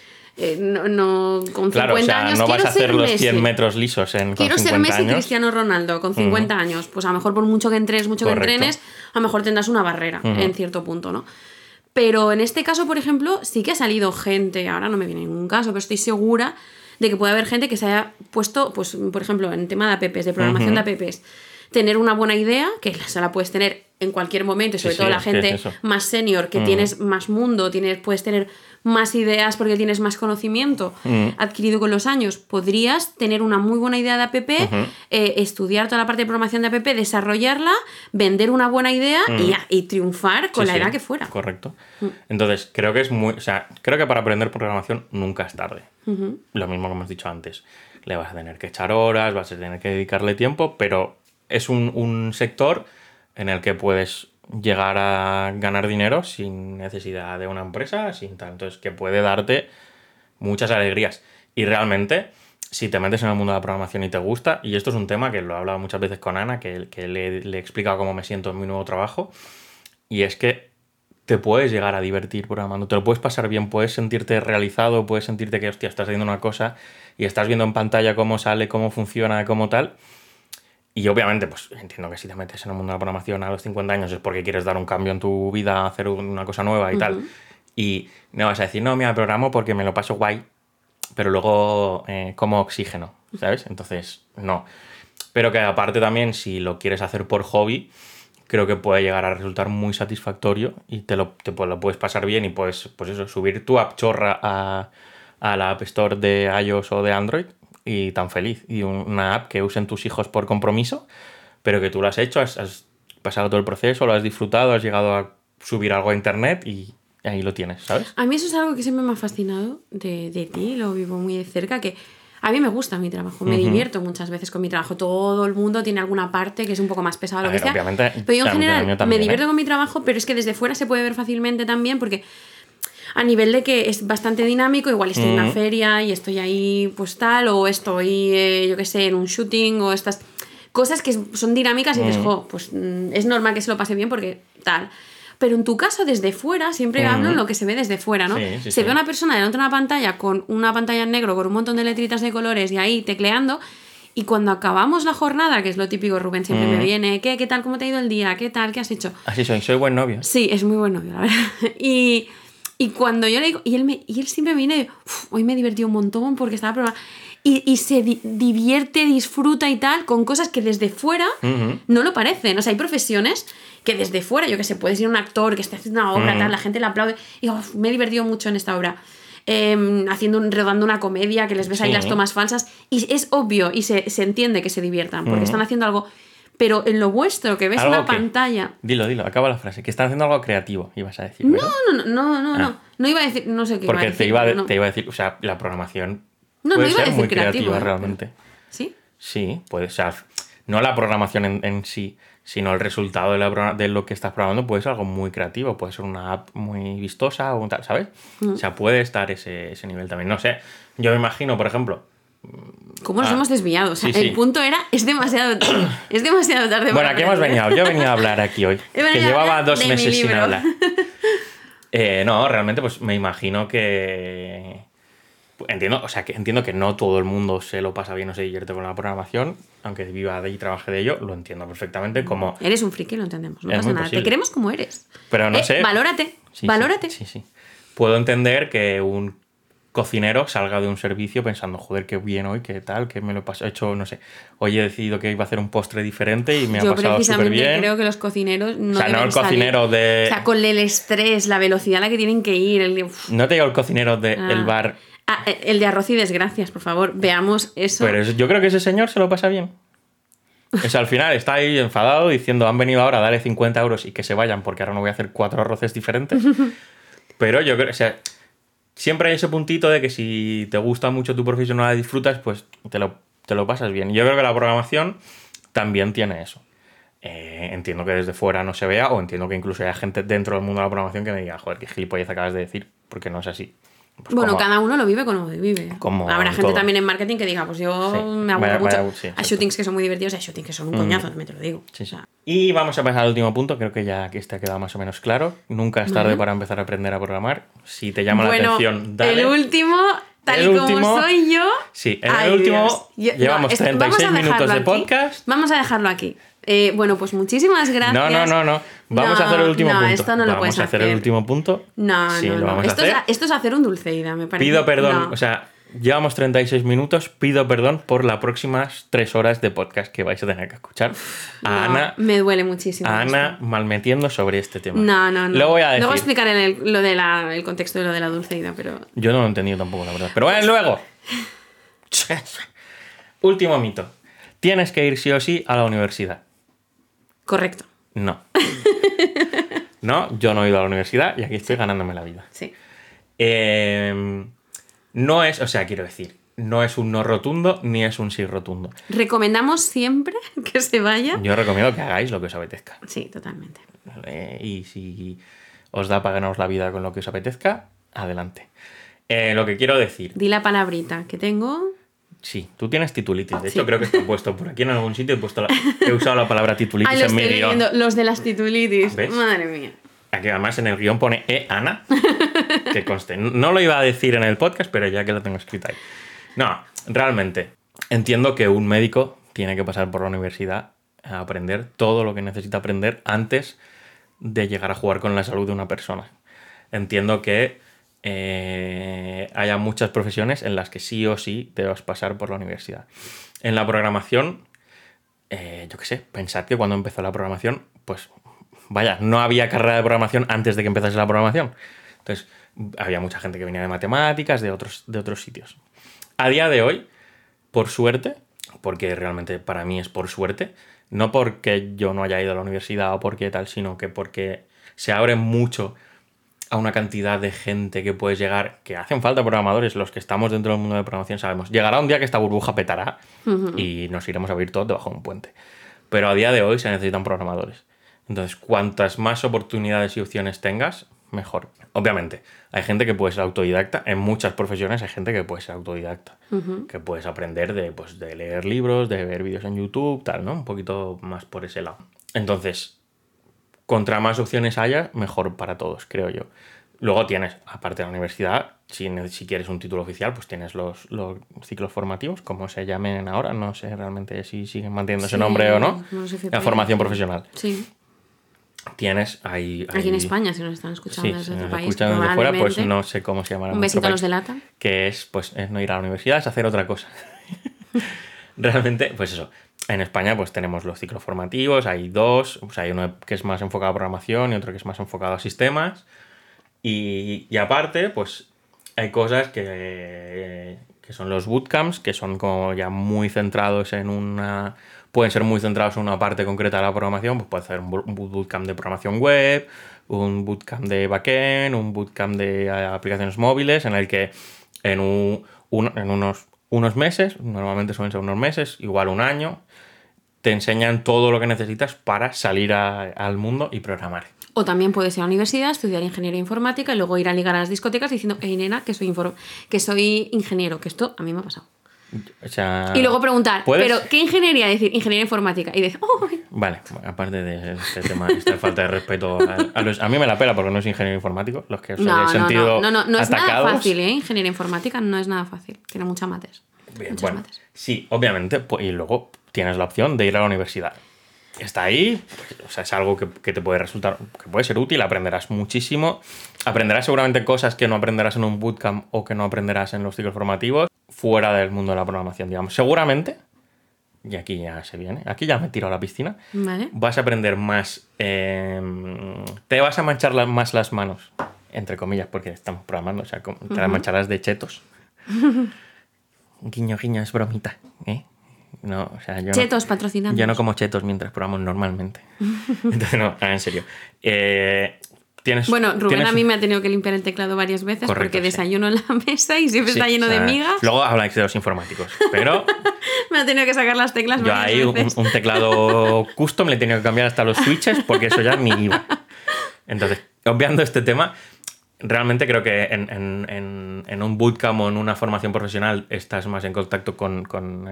con 50 claro, o sea, años no vas a hacer los Messi. 100 metros lisos con 50 años. Quiero ser Messi y Cristiano Ronaldo con 50 años. Pues a lo mejor por mucho que entrenes, que entrenes, a lo mejor tendrás una barrera en cierto punto, ¿no? Pero en este caso, por ejemplo, sí que ha salido gente, ahora no me viene ningún caso, pero estoy segura de que puede haber gente que se haya puesto, pues por ejemplo, en tema de apps, de programación de apps, tener una buena idea, que se la puedes tener en cualquier momento, y sobre todo la gente más senior, que tienes más mundo, puedes tener más ideas porque tienes más conocimiento adquirido con los años. Podrías tener una muy buena idea de app, estudiar toda la parte de programación de app, desarrollarla, vender una buena idea y triunfar con la edad que fuera. Correcto. Entonces, creo que creo que para aprender programación nunca es tarde. Lo mismo que hemos dicho antes. Le vas a tener que echar horas, vas a tener que dedicarle tiempo, pero es un sector en el que puedes llegar a ganar dinero sin necesidad de una empresa, sin tal. Entonces, que puede darte muchas alegrías. Y realmente, si te metes en el mundo de la programación y te gusta, y esto es un tema que lo he hablado muchas veces con Ana, que le he explicado cómo me siento en mi nuevo trabajo, y es que te puedes llegar a divertir programando, te lo puedes pasar bien, puedes sentirte realizado, puedes sentirte que, hostia, estás haciendo una cosa y estás viendo en pantalla cómo sale, cómo funciona, cómo tal. Y obviamente, pues entiendo que si te metes en el mundo de la programación a los 50 años es porque quieres dar un cambio en tu vida, hacer una cosa nueva y tal. Y no vas a decir, no, mira, programo porque me lo paso guay, pero luego como oxígeno, ¿sabes? Entonces, no. Pero que aparte también, si lo quieres hacer por hobby, creo que puede llegar a resultar muy satisfactorio y te lo puedes pasar bien y puedes, pues eso, subir tu app chorra a la App Store de iOS o de Android y tan feliz. Y una app que usen tus hijos por compromiso, pero que tú lo has hecho, has pasado todo el proceso, lo has disfrutado, has llegado a subir algo a internet y ahí lo tienes, ¿sabes? A mí eso es algo que siempre me ha fascinado de ti, lo vivo muy de cerca, que a mí me gusta mi trabajo, me divierto muchas veces con mi trabajo. Todo el mundo tiene alguna parte que es un poco más pesada, lo que sea. Pero yo en general también, me divierto con mi trabajo, pero es que desde fuera se puede ver fácilmente también porque a nivel de que es bastante dinámico, igual estoy en una feria y estoy ahí pues tal, o estoy, yo qué sé, en un shooting, o estas cosas que son dinámicas y dices, pues es normal que se lo pase bien porque tal. Pero en tu caso, desde fuera, siempre hablo en lo que se ve desde fuera, ¿no? Se ve una persona delante de una pantalla con una pantalla en negro, con un montón de letritas de colores y ahí tecleando, y cuando acabamos la jornada, que es lo típico, Rubén siempre me viene, ¿qué tal? ¿Cómo te ha ido el día? ¿Qué tal? ¿Qué has hecho? Así soy buen novio. Sí, es muy buen novio, la verdad. Y cuando yo le digo, y él siempre me viene de, hoy me he divertido un montón porque estaba probando. Y se divierte, disfruta y tal, con cosas que desde fuera no lo parecen. O sea, hay profesiones que desde fuera, yo que sé, puedes ir a un actor que esté haciendo una obra, tal, la gente le aplaude, y digo, me he divertido mucho en esta obra. Rodando una comedia, que les ves ahí las tomas falsas, y es obvio, y se entiende que se diviertan, porque están haciendo algo. Pero en lo vuestro, que ves una pantalla... Dilo, acaba la frase. Que están haciendo algo creativo, ibas a decir, ¿verdad? No. No iba a decir... No sé qué porque iba a decir. te iba a decir... O sea, la programación no puede iba a ser decir muy creativa realmente. ¿Sí? Sí, puede ser. No la programación en sí, sino el resultado de lo que estás programando puede ser algo muy creativo. Puede ser una app muy vistosa o tal, ¿sabes? O sea, puede estar ese nivel también. No sé, yo me imagino, por ejemplo... ¿Cómo nos hemos desviado? O sea, el punto era, es demasiado tarde. Bueno, ¿a qué hemos venido? Yo he venido a hablar aquí hoy. Que llevaba 2 meses sin hablar. No, realmente pues me imagino que... Entiendo que no todo el mundo se lo pasa bien o se divierte con la programación, aunque viva de y trabaje de ello, lo entiendo perfectamente como... Eres un friki, lo entendemos, no pasa nada. Te queremos como eres. Pero no sé... Valórate, valórate. Sí. Puedo entender que un cocinero salga de un servicio pensando, joder, qué bien hoy, qué tal, que me lo he hecho, no sé, hoy he decidido que iba a hacer un postre diferente y me ha pasado súper bien. Yo creo que los cocineros no o sea, no el cocinero salir. de... O sea, con el estrés, la velocidad a la que tienen que ir... No te digo el cocinero del bar... el de arroz y desgracias, por favor, veamos eso. Pero yo creo que ese señor se lo pasa bien. O sea, al final está ahí enfadado diciendo han venido ahora a darle 50 euros y que se vayan porque ahora no voy a hacer 4 arroces diferentes. Pero yo creo, o sea, siempre hay ese puntito de que si te gusta mucho tu profesión o la disfrutas, pues te lo pasas bien. Yo creo que la programación también tiene eso. Entiendo que desde fuera no se vea, o entiendo que incluso haya gente dentro del mundo de la programación que me diga, joder, qué gilipollez acabas de decir, porque no es así. Pues bueno, cada uno lo vive como vive. Habrá gente todo. También en marketing que diga, pues yo Sí. me aburro mucho. Sí, hay shootings que son muy divertidos, hay shootings que son un coñazo, también te lo digo. Sí, sí. O sea, Y vamos a pasar al último punto, creo que ya aquí está quedado más o menos claro. Nunca es tarde para empezar a aprender a programar. Si te llama la atención, dale. El último, tal y como soy yo. Sí, en el último llevamos 36 minutos de podcast. Vamos a dejarlo aquí. Bueno, pues muchísimas gracias. No. Vamos a hacer el último punto. Esto no lo puedes hacer. Vamos a hacer el último punto. Sí, lo vamos a hacer. Esto es hacer un Dulceida, me parece. Pido perdón, o sea, llevamos 36 minutos. Pido perdón por las próximas 3 horas de podcast que vais a tener que escuchar. A Ana. Me duele muchísimo. A Ana malmetiendo sobre este tema. No. Lo voy a decir. Luego explicaré el contexto de lo de la Dulceida, pero. Yo no lo he entendido tampoco, la verdad. Pero bueno, luego. Último mito. Tienes que ir sí o sí a la universidad. Correcto. No. No, yo no he ido a la universidad y aquí estoy ganándome la vida. Sí. No es, o sea, quiero decir, no es un no rotundo ni es un sí rotundo. ¿Recomendamos siempre que se vaya? Yo recomiendo que hagáis lo que os apetezca. Sí, totalmente. Y si os da para ganaros la vida con lo que os apetezca, adelante. Lo que quiero decir... Di la palabrita que tengo... Sí, tú tienes titulitis. De hecho, creo que está puesto por aquí en algún sitio. He usado la palabra titulitis en mi guión. Los de las titulitis. ¿Ves? Madre mía. Aquí además en el guión pone Ana. Que conste. No lo iba a decir en el podcast, pero ya que lo tengo escrito ahí. No, realmente. Entiendo que un médico tiene que pasar por la universidad a aprender todo lo que necesita aprender antes de llegar a jugar con la salud de una persona. Entiendo que haya muchas profesiones en las que sí o sí debas pasar por la universidad. En la programación, yo qué sé, pensad que cuando empezó la programación, pues vaya, no había carrera de programación antes de que empezase la programación. Entonces, había mucha gente que venía de matemáticas, de otros sitios. A día de hoy, por suerte, porque realmente para mí es por suerte, no porque yo no haya ido a la universidad o porque tal, sino que porque se abre mucho a una cantidad de gente que puedes llegar, que hacen falta programadores, los que estamos dentro del mundo de programación sabemos. Llegará un día que esta burbuja petará y nos iremos a vivir todos debajo de un puente. Pero a día de hoy se necesitan programadores. Entonces, cuantas más oportunidades y opciones tengas, mejor. Obviamente, hay gente que puede ser autodidacta. En muchas profesiones hay gente que puede ser autodidacta. Que puedes aprender de leer libros, de ver vídeos en YouTube, tal, ¿no? Un poquito más por ese lado. Entonces, contra más opciones haya, mejor para todos, creo yo. Luego tienes, aparte de la universidad, si quieres un título oficial, pues tienes los ciclos formativos, como se llamen ahora. No sé realmente si siguen manteniendo ese nombre o no. La formación profesional. Sí. Tienes ahí... Aquí en España, si nos están escuchando desde otro país, escuchan desde fuera, pues no sé cómo se llamará. Un besito a los de lata. Que es no ir a la universidad, es hacer otra cosa. Realmente, pues eso. En España pues tenemos los ciclos formativos, hay dos, o sea, hay uno que es más enfocado a programación y otro que es más enfocado a sistemas. Y aparte, pues hay cosas que son los bootcamps, que son como ya muy centrados en una... Pueden ser muy centrados en una parte concreta de la programación, pues puede ser un bootcamp de programación web, un bootcamp de backend, un bootcamp de aplicaciones móviles, en el que en unos meses, normalmente suelen ser unos meses, igual un año, te enseñan todo lo que necesitas para salir al mundo y programar. O también puedes ir a la universidad, estudiar ingeniería informática y luego ir a ligar a las discotecas diciendo, hey nena, que soy ingeniero, que esto a mí me ha pasado. O sea, y luego preguntar, ¿puedes? ¿pero qué ingeniería? Decir, ingeniería informática. Y decir, ¡oh! Vale, aparte de este tema, esta falta de respeto a mí me la pela porque no soy ingeniero informático, los que os he sentido no es atacados. nada fácil, ¿eh? Ingeniería informática no es nada fácil. Tiene muchas mates. Bien, bueno, mates. Sí, obviamente, pues, y luego tienes la opción de ir a la universidad. Está ahí, pues, o sea, es algo que te puede resultar, que puede ser útil, aprenderás muchísimo, aprenderás seguramente cosas que no aprenderás en un bootcamp o que no aprenderás en los ciclos formativos fuera del mundo de la programación, digamos. Seguramente, y aquí ya se viene, aquí ya me tiro a la piscina, ¿vale? Vas a aprender más, te vas a manchar más las manos, entre comillas, porque estamos programando, o sea, te las mancharás de chetos. Guiño, guiño, es bromita, ¿eh? No, o sea, yo Chetos patrocinando. Yo no como chetos mientras probamos normalmente. Entonces, no, en serio. Bueno, Rubén a mí me ha tenido que limpiar el teclado varias veces. Correcto, porque desayuno en la mesa y siempre está lleno de migas. Luego habláis de los informáticos, pero... me ha tenido que sacar las teclas varias veces. Yo ahí un teclado custom le he tenido que cambiar hasta los switches porque eso ya ni iba. Entonces, obviando este tema, realmente creo que en un bootcamp o en una formación profesional estás más en contacto con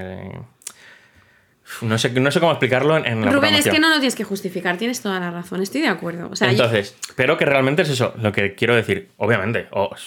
no sé cómo explicarlo en la Rubén, programación. es que no lo tienes que justificar, tienes toda la razón, estoy de acuerdo. O sea, entonces, pero que realmente es eso, lo que quiero decir. Obviamente,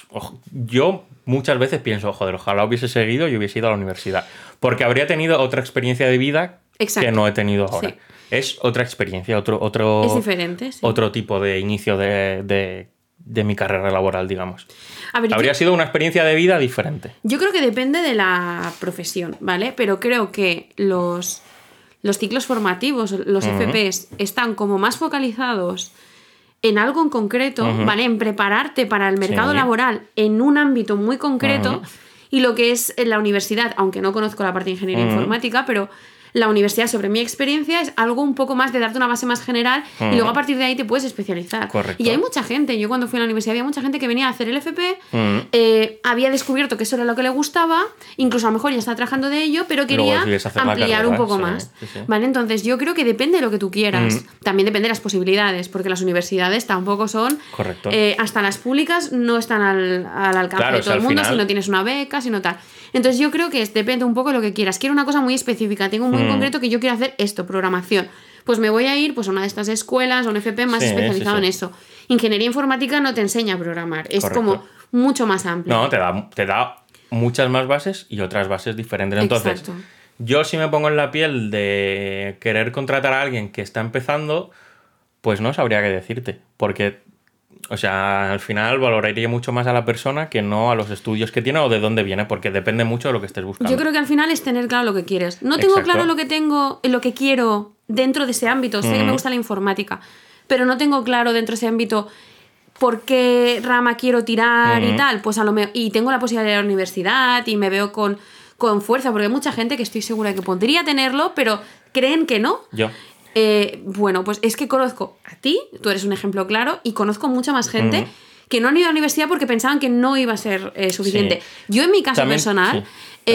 yo muchas veces pienso, joder, ojalá hubiese seguido y hubiese ido a la universidad. Porque habría tenido otra experiencia de vida que no he tenido ahora. Sí. Es otra experiencia, otro es diferente, sí. Otro tipo de inicio de mi carrera laboral, digamos. Habría sido una experiencia de vida diferente. Yo creo que depende de la profesión, ¿vale? Pero creo que los ciclos formativos, los FPs, están como más focalizados en algo en concreto, ¿vale? En prepararte para el mercado laboral en un ámbito muy concreto. Y lo que es en la universidad, aunque no conozco la parte de ingeniería informática, pero la universidad, sobre mi experiencia, es algo un poco más de darte una base más general y luego a partir de ahí te puedes especializar. Correcto. Y hay mucha gente, yo cuando fui a la universidad había mucha gente que venía a hacer el FP, había descubierto que eso era lo que le gustaba, incluso a lo mejor ya está trabajando de ello, pero quería ampliar un poco más. Sí. ¿Vale? Entonces yo creo que depende de lo que tú quieras. También depende de las posibilidades, porque las universidades tampoco son... Correcto. Hasta las públicas no están al alcance de todo el mundo, si no tienes una beca, si no tal. Entonces yo creo que depende un poco de lo que quieras. Quiero una cosa muy específica, tengo muy en concreto que yo quiero hacer esto, programación. Pues me voy a ir pues, a una de estas escuelas, a un FP más especializado en eso. Ingeniería informática no te enseña a programar, es como mucho más amplio. No, te da muchas más bases y otras bases diferentes. Entonces, yo si me pongo en la piel de querer contratar a alguien que está empezando, pues no sabría qué decirte, porque... O sea, al final valoraría mucho más a la persona que no a los estudios que tiene o de dónde viene, porque depende mucho de lo que estés buscando. Yo creo que al final es tener claro lo que quieres. No tengo claro lo que quiero dentro de ese ámbito. Sé que me gusta la informática, pero no tengo claro dentro de ese ámbito por qué rama quiero tirar y tal. Pues a lo mejor, y tengo la posibilidad de ir a la universidad y me veo con fuerza, porque hay mucha gente que estoy segura de que podría tenerlo, pero creen que no. Yo. Bueno, pues es que conozco a ti, tú eres un ejemplo claro, y conozco mucha más gente que no han ido a la universidad porque pensaban que no iba a ser suficiente. Sí. Yo en mi caso también, personal,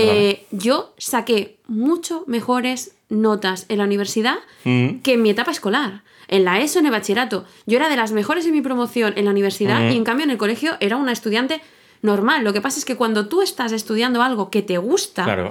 yo saqué mucho mejores notas en la universidad que en mi etapa escolar. En la ESO, en el bachillerato. Yo era de las mejores en mi promoción en la universidad y en cambio en el colegio era una estudiante normal. Lo que pasa es que cuando tú estás estudiando algo que te gusta... Claro.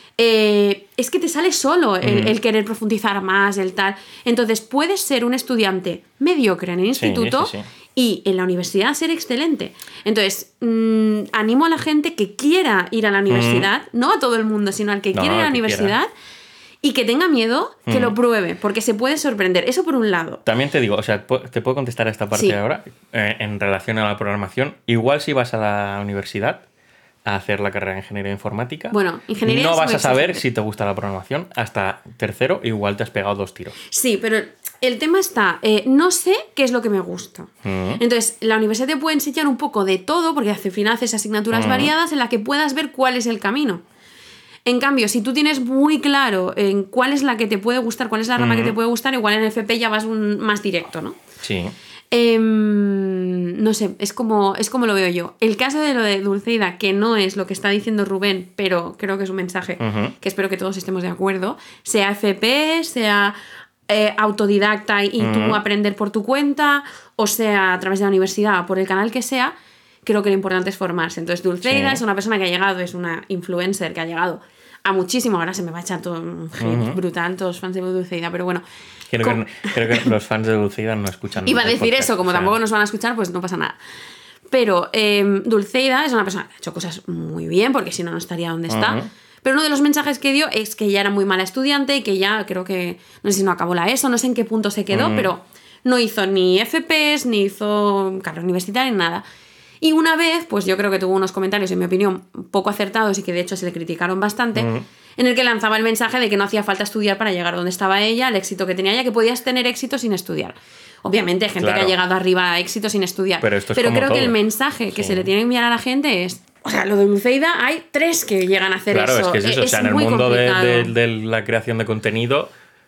Es que te sale solo el querer profundizar más, el tal. Entonces puedes ser un estudiante mediocre en el instituto y en la universidad ser excelente. Entonces animo a la gente que quiera ir a la universidad, no a todo el mundo, sino al que quiera ir a la universidad y que tenga miedo, que lo pruebe, porque se puede sorprender. Eso por un lado. También te digo, o sea, te puedo contestar a esta parte ahora en relación a la programación. Igual si vas a la universidad a hacer la carrera de ingeniería informática. Bueno, ingeniería no vas a saber si te gusta la programación hasta tercero, igual te has pegado 2 tiros. Sí, pero el tema está, no sé qué es lo que me gusta. Entonces, la universidad te puede enseñar un poco de todo, porque al final haces asignaturas variadas en las que puedas ver cuál es el camino. En cambio, si tú tienes muy claro en cuál es la que te puede gustar, cuál es la rama que te puede gustar, igual en el FP ya vas más directo, ¿no? Sí. No sé, es como lo veo yo. El caso de lo de Dulceida, que no es lo que está diciendo Rubén, pero creo que es un mensaje que espero que todos estemos de acuerdo, sea FP, sea autodidacta y tú aprender por tu cuenta, o sea a través de la universidad, por el canal que sea, creo que lo importante es formarse. Entonces Dulceida es una persona que ha llegado, es una influencer que ha llegado a muchísimo, ahora se me va a echar todo un hate brutal, todos los fans de Dulceida, pero bueno. Creo que los fans de Dulceida no escuchan. Iba a decir eso, como tampoco nos van a escuchar, pues no pasa nada. Pero Dulceida es una persona que ha hecho cosas muy bien, porque si no, no estaría donde está. Pero uno de los mensajes que dio es que ya era muy mala estudiante y que ya creo que, no sé si no acabó la ESO, no sé en qué punto se quedó, pero no hizo ni FPs, ni hizo carrera universitaria, ni nada. Y una vez, pues yo creo que tuvo unos comentarios, en mi opinión, poco acertados y que de hecho se le criticaron bastante, en el que lanzaba el mensaje de que no hacía falta estudiar para llegar donde estaba ella, el éxito que tenía ella, que podías tener éxito sin estudiar. Obviamente hay gente que ha llegado arriba a éxito sin estudiar. Pero creo que el mensaje que se le tiene que enviar a la gente es: O sea, lo de Dulceida hay 3 que llegan a hacer claro, eso. Claro, es que es eso. O sea, en el muy mundo complicado. de la creación de contenido,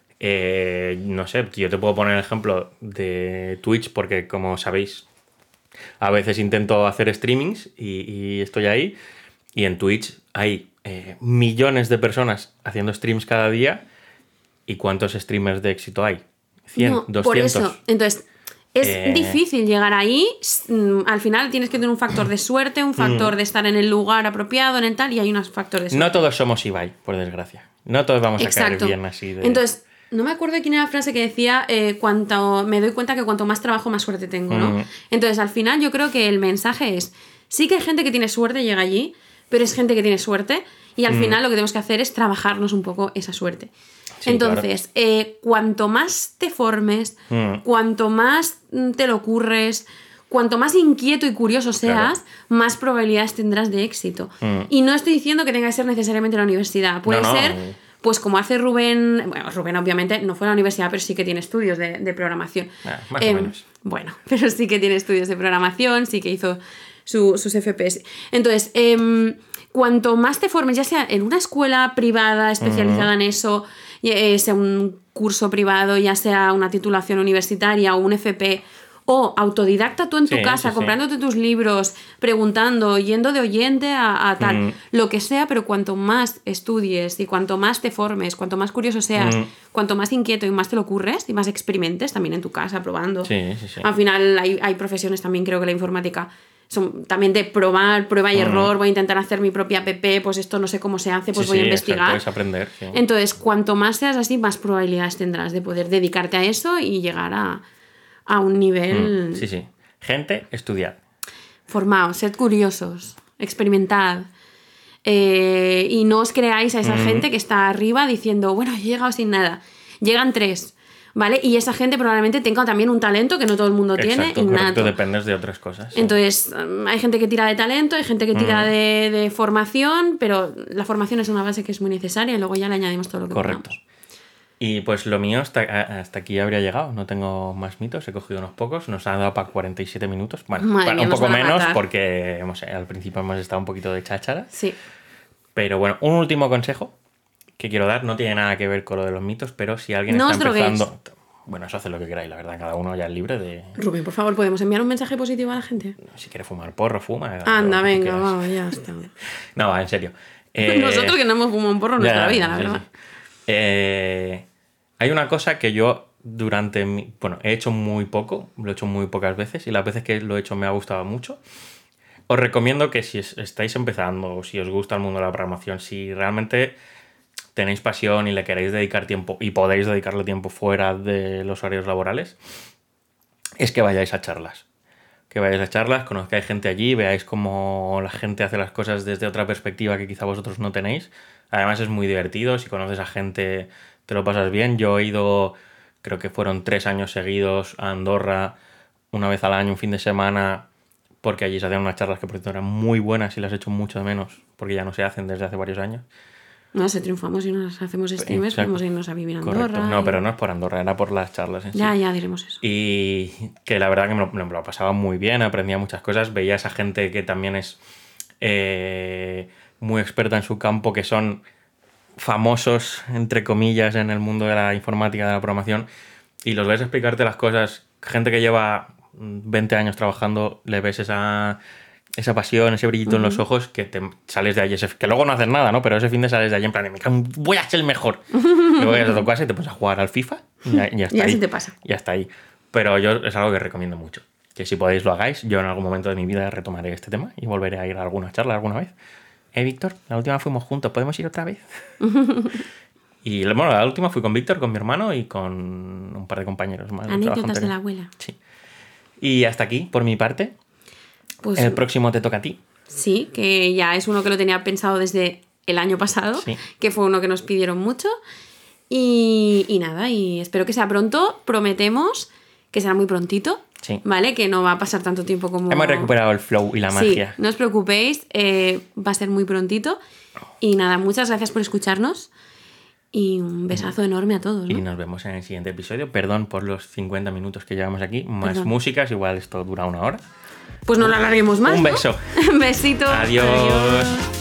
no sé, yo te puedo poner el ejemplo de Twitch porque, como sabéis, a veces intento hacer streamings y estoy ahí. Y en Twitch hay millones de personas haciendo streams cada día. ¿Y cuántos streamers de éxito hay? 100, No, 200. por eso. Entonces, es difícil llegar ahí. Al final tienes que tener un factor de suerte, un factor de estar en el lugar apropiado, en el tal, y hay unos factores de suerte. No todos somos Ibai, por desgracia. No todos vamos a caer bien así de... Entonces, no me acuerdo de quién era la frase que decía me doy cuenta que cuanto más trabajo, más suerte tengo, ¿no? Entonces, al final yo creo que el mensaje es, sí que hay gente que tiene suerte y llega allí, pero es gente que tiene suerte y al final lo que tenemos que hacer es trabajarnos un poco esa suerte. Sí, entonces, claro. Cuanto más te formes, cuanto más te lo ocurres, cuanto más inquieto y curioso seas, claro, más probabilidades tendrás de éxito. Y no estoy diciendo que tenga que ser necesariamente la universidad. Puede ser, pues como hace Rubén... Bueno, Rubén obviamente no fue a la universidad, pero sí que tiene estudios de programación. Más o menos. Bueno, pero sí que tiene estudios de programación, sí que hizo sus FPS. Entonces, cuanto más te formes, ya sea en una escuela privada especializada en eso, sea un curso privado, ya sea una titulación universitaria o un FP, o autodidacta tú en tu casa, comprándote tus libros, preguntando, yendo de oyente a tal, lo que sea, pero cuanto más estudies y cuanto más te formes, cuanto más curioso seas, cuanto más inquieto y más te lo ocurres y más experimentes también en tu casa, probando. Al final hay profesiones también, creo que la informática son también de probar, prueba y error, voy a intentar hacer mi propia app, pues esto no sé cómo se hace, pues voy a investigar. Exacto, es aprender. Sí. Entonces, cuanto más seas así, más probabilidades tendrás de poder dedicarte a eso y llegar a un nivel... Sí. Gente, estudiad. Formaos, sed curiosos, experimentad. Y no os creáis a esa gente que está arriba diciendo, bueno, yo he llegado sin nada. Llegan 3, ¿vale? Y esa gente probablemente tenga también un talento que no todo el mundo tiene. Exacto, correcto, dependes de otras cosas. Sí. Entonces, hay gente que tira de talento, hay gente que tira de formación, pero la formación es una base que es muy necesaria y luego ya le añadimos todo lo que correcto. podamos. Y pues lo mío hasta aquí habría llegado. No tengo más mitos, he cogido unos pocos. Nos ha dado para 47 minutos. Bueno, un poco menos porque al principio hemos estado un poquito de cháchara. Sí. Pero bueno, un último consejo que quiero dar. No tiene nada que ver con lo de los mitos, pero si alguien está empezando... Droguéis. Bueno, eso hace lo que queráis, la verdad. Cada uno ya es libre de... Rubén, por favor, ¿podemos enviar un mensaje positivo a la gente? Si quiere fumar porro, fuma. Anda, venga, va, ya está. No, va, en serio. Nosotros que no hemos fumado un porro en nuestra vida, la verdad. Sí. Hay una cosa que yo he hecho muy poco, lo he hecho muy pocas veces y las veces que lo he hecho me ha gustado mucho. Os recomiendo que si estáis empezando o si os gusta el mundo de la programación, si realmente tenéis pasión y le queréis dedicar tiempo y podéis dedicarle tiempo fuera de los horarios laborales, es que vayáis a charlas. Que vayáis a charlas, conozcáis gente allí, veáis cómo la gente hace las cosas desde otra perspectiva que quizá vosotros no tenéis. Además es muy divertido, si conoces a gente te lo pasas bien. Yo he ido, creo que fueron 3 años seguidos a Andorra, una vez al año, un fin de semana, porque allí se hacían unas charlas que por cierto eran muy buenas y las he hecho mucho de menos, porque ya no se hacen desde hace varios años. No, si triunfamos y nos hacemos streamers, podemos irnos a vivir a Andorra. Correcto. No, pero no es por Andorra, era por las charlas en sí. Ya diremos eso. Y que la verdad que me lo pasaba muy bien, aprendía muchas cosas, veía a esa gente que también es muy experta en su campo, que son famosos, entre comillas, en el mundo de la informática, de la programación, y los ves explicarte las cosas. Gente que lleva 20 años trabajando, le ves esa pasión, ese brillito en los ojos, que te sales de allí, que luego no haces nada, ¿no? Pero ese fin de sales de allí en plan, voy a ser el mejor. Luego vas a tu casa y te pones a jugar al FIFA y ya está. Y así ahí. te pasa. Ya está ahí. Pero es algo que recomiendo mucho. Que si podéis lo hagáis. Yo en algún momento de mi vida retomaré este tema y volveré a ir a alguna charla alguna vez. Víctor, la última fuimos juntos, ¿podemos ir otra vez? Y bueno, la última fui con Víctor, con mi hermano y con un par de compañeros más. Anécdotas de la abuela. Sí. Y hasta aquí, por mi parte. Pues, el próximo te toca a ti. Sí, que ya es uno que lo tenía pensado desde el año pasado, que fue uno que nos pidieron mucho. Y nada, y espero que sea pronto. Prometemos que será muy prontito. Sí. ¿Vale? Que no va a pasar tanto tiempo como... Hemos recuperado el flow y la magia. Sí, no os preocupéis, va a ser muy prontito. Y nada, muchas gracias por escucharnos. Y un besazo enorme a todos, ¿no? Y nos vemos en el siguiente episodio. Perdón por los 50 minutos que llevamos aquí. Más músicas, igual esto dura 1 hora. pues no lo alarguemos más. Un ¿no? beso. Besito. Adiós.